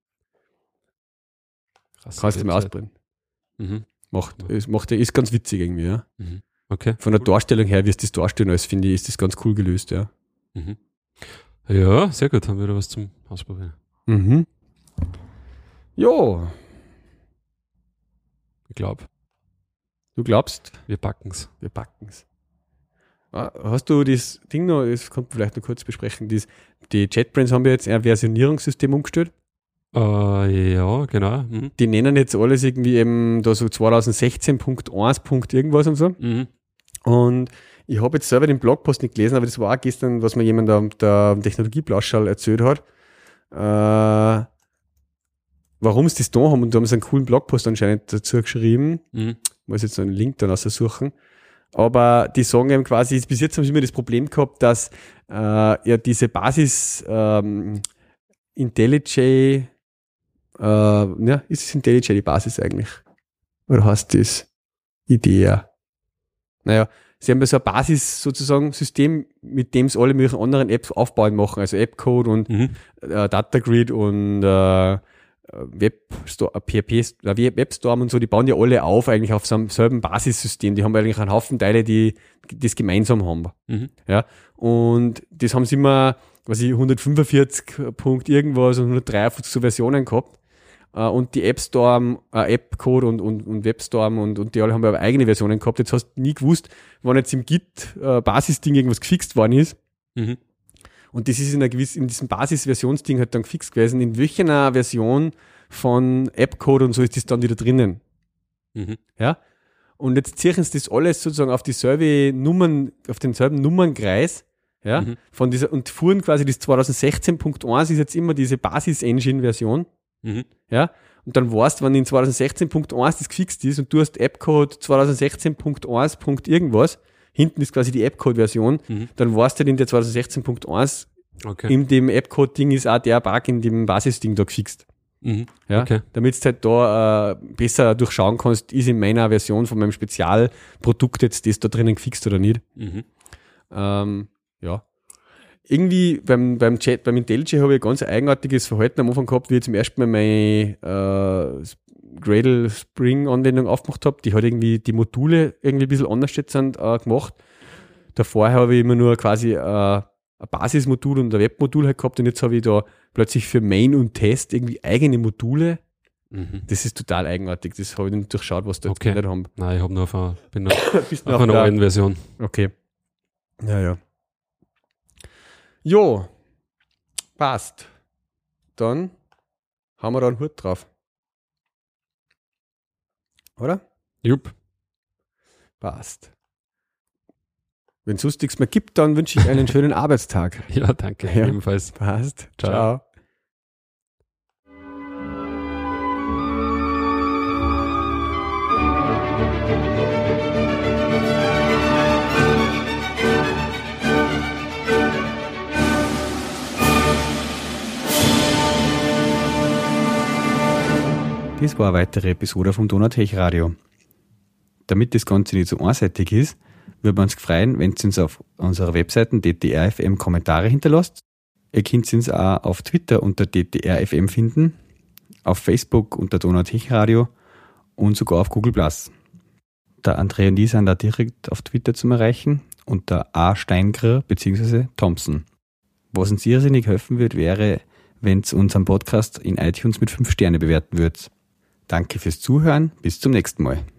Speaker 1: Kannst du mal ausprobieren. Ist ganz witzig irgendwie, ja.
Speaker 2: Okay.
Speaker 1: Von der Darstellung her, wie es das darstellen, als finde ich, ist das ganz cool gelöst, ja.
Speaker 2: Ja, sehr gut, haben wir da was zum Ausprobieren.
Speaker 1: Ja.
Speaker 2: Ich glaube.
Speaker 1: Du glaubst?
Speaker 2: Wir packen's.
Speaker 1: Hast du das Ding noch, das kommt vielleicht noch kurz besprechen, die JetBrains haben ja jetzt ein Versionierungssystem umgestellt.
Speaker 2: Ja, genau.
Speaker 1: Die nennen jetzt alles irgendwie eben da so 2016.1. irgendwas und so. Und ich habe jetzt selber den Blogpost nicht gelesen, aber das war auch gestern, was mir jemand der Technologieplauschall erzählt hat. Warum sie das da haben, und da haben sie einen coolen Blogpost anscheinend dazu geschrieben. Ich muss jetzt noch einen Link dann aussuchen. Aber die sagen eben quasi, bis jetzt haben sie immer das Problem gehabt, dass diese Basis IntelliJ, ist es IntelliJ die Basis eigentlich? Oder heißt das IDEA? Naja, sie haben ja so ein Basis sozusagen System, mit dem es alle möglichen anderen Apps aufbauen machen, also AppCode und Datagrid und Webstorm und so, die bauen ja alle auf eigentlich auf so einem selben Basissystem. Die haben eigentlich einen Haufen Teile, die das gemeinsam haben. Ja, und das haben sie immer, 145 Punkt irgendwas und 153 so Versionen gehabt. Und die AppStorm, AppCode und WebStorm und die alle haben aber eigene Versionen gehabt. Jetzt hast du nie gewusst, wann jetzt im Git Basisding irgendwas gefixt worden ist. Und das ist in diesem Basis-Versionsding halt dann gefixt gewesen. In welcher Version von AppCode und so ist das dann wieder drinnen. Ja? Und jetzt ziehen sie das alles sozusagen auf denselben Nummernkreis. Ja? Von dieser, und fuhren quasi das 2016.1 ist jetzt immer diese Basis-Engine-Version. Ja? Und dann weißt du, wenn in 2016.1 das gefixt ist und du hast AppCode 2016.1. irgendwas, hinten ist quasi die AppCode-Version, dann weißt du halt in der 2016.1, in dem AppCode-Ding ist auch der Bug in dem Basis-Ding da gefixt. Ja? Damit du halt da besser durchschauen kannst, ist in meiner Version von meinem Spezialprodukt jetzt das da drinnen gefixt oder nicht. Ja. Irgendwie beim IntelliJ habe ich ein ganz eigenartiges Verhalten am Anfang gehabt, wie ich zum ersten Mal meine Gradle Spring Anwendung aufgemacht habe. Die hat irgendwie die Module irgendwie ein bisschen anders jetzt gemacht. Davor habe ich immer nur quasi ein Basismodul und ein Webmodul halt gehabt und jetzt habe ich da plötzlich für Main und Test irgendwie eigene Module. Das ist total eigenartig. Das habe ich nicht durchschaut, was da jetzt geändert haben.
Speaker 2: Nein, ich habe nur auf einer alten Version.
Speaker 1: Okay. Ja. Jo, passt. Dann haben wir da einen Hut drauf. Oder?
Speaker 2: Jupp.
Speaker 1: Passt. Wenn es sonst nichts mehr gibt, dann wünsche ich einen schönen Arbeitstag.
Speaker 2: Ja, danke.
Speaker 1: Ja.
Speaker 2: Ebenfalls.
Speaker 1: Passt.
Speaker 2: Ciao.
Speaker 1: Das war eine weitere Episode vom Donau-Tech Radio. Damit das Ganze nicht so einseitig ist, würden wir uns freuen, wenn ihr uns auf unserer Webseite DTRFM Kommentare hinterlasst. Ihr könnt uns auch auf Twitter unter DTRFM finden, auf Facebook unter Donau-Tech Radio und sogar auf Google+. Der André und ich sind da direkt auf Twitter zum Erreichen unter A. Steingrer bzw. Thompson. Was uns irrsinnig helfen wird, wäre, wenn ihr unseren Podcast in iTunes mit 5 Sterne bewerten würdet. Danke fürs Zuhören, bis zum nächsten Mal.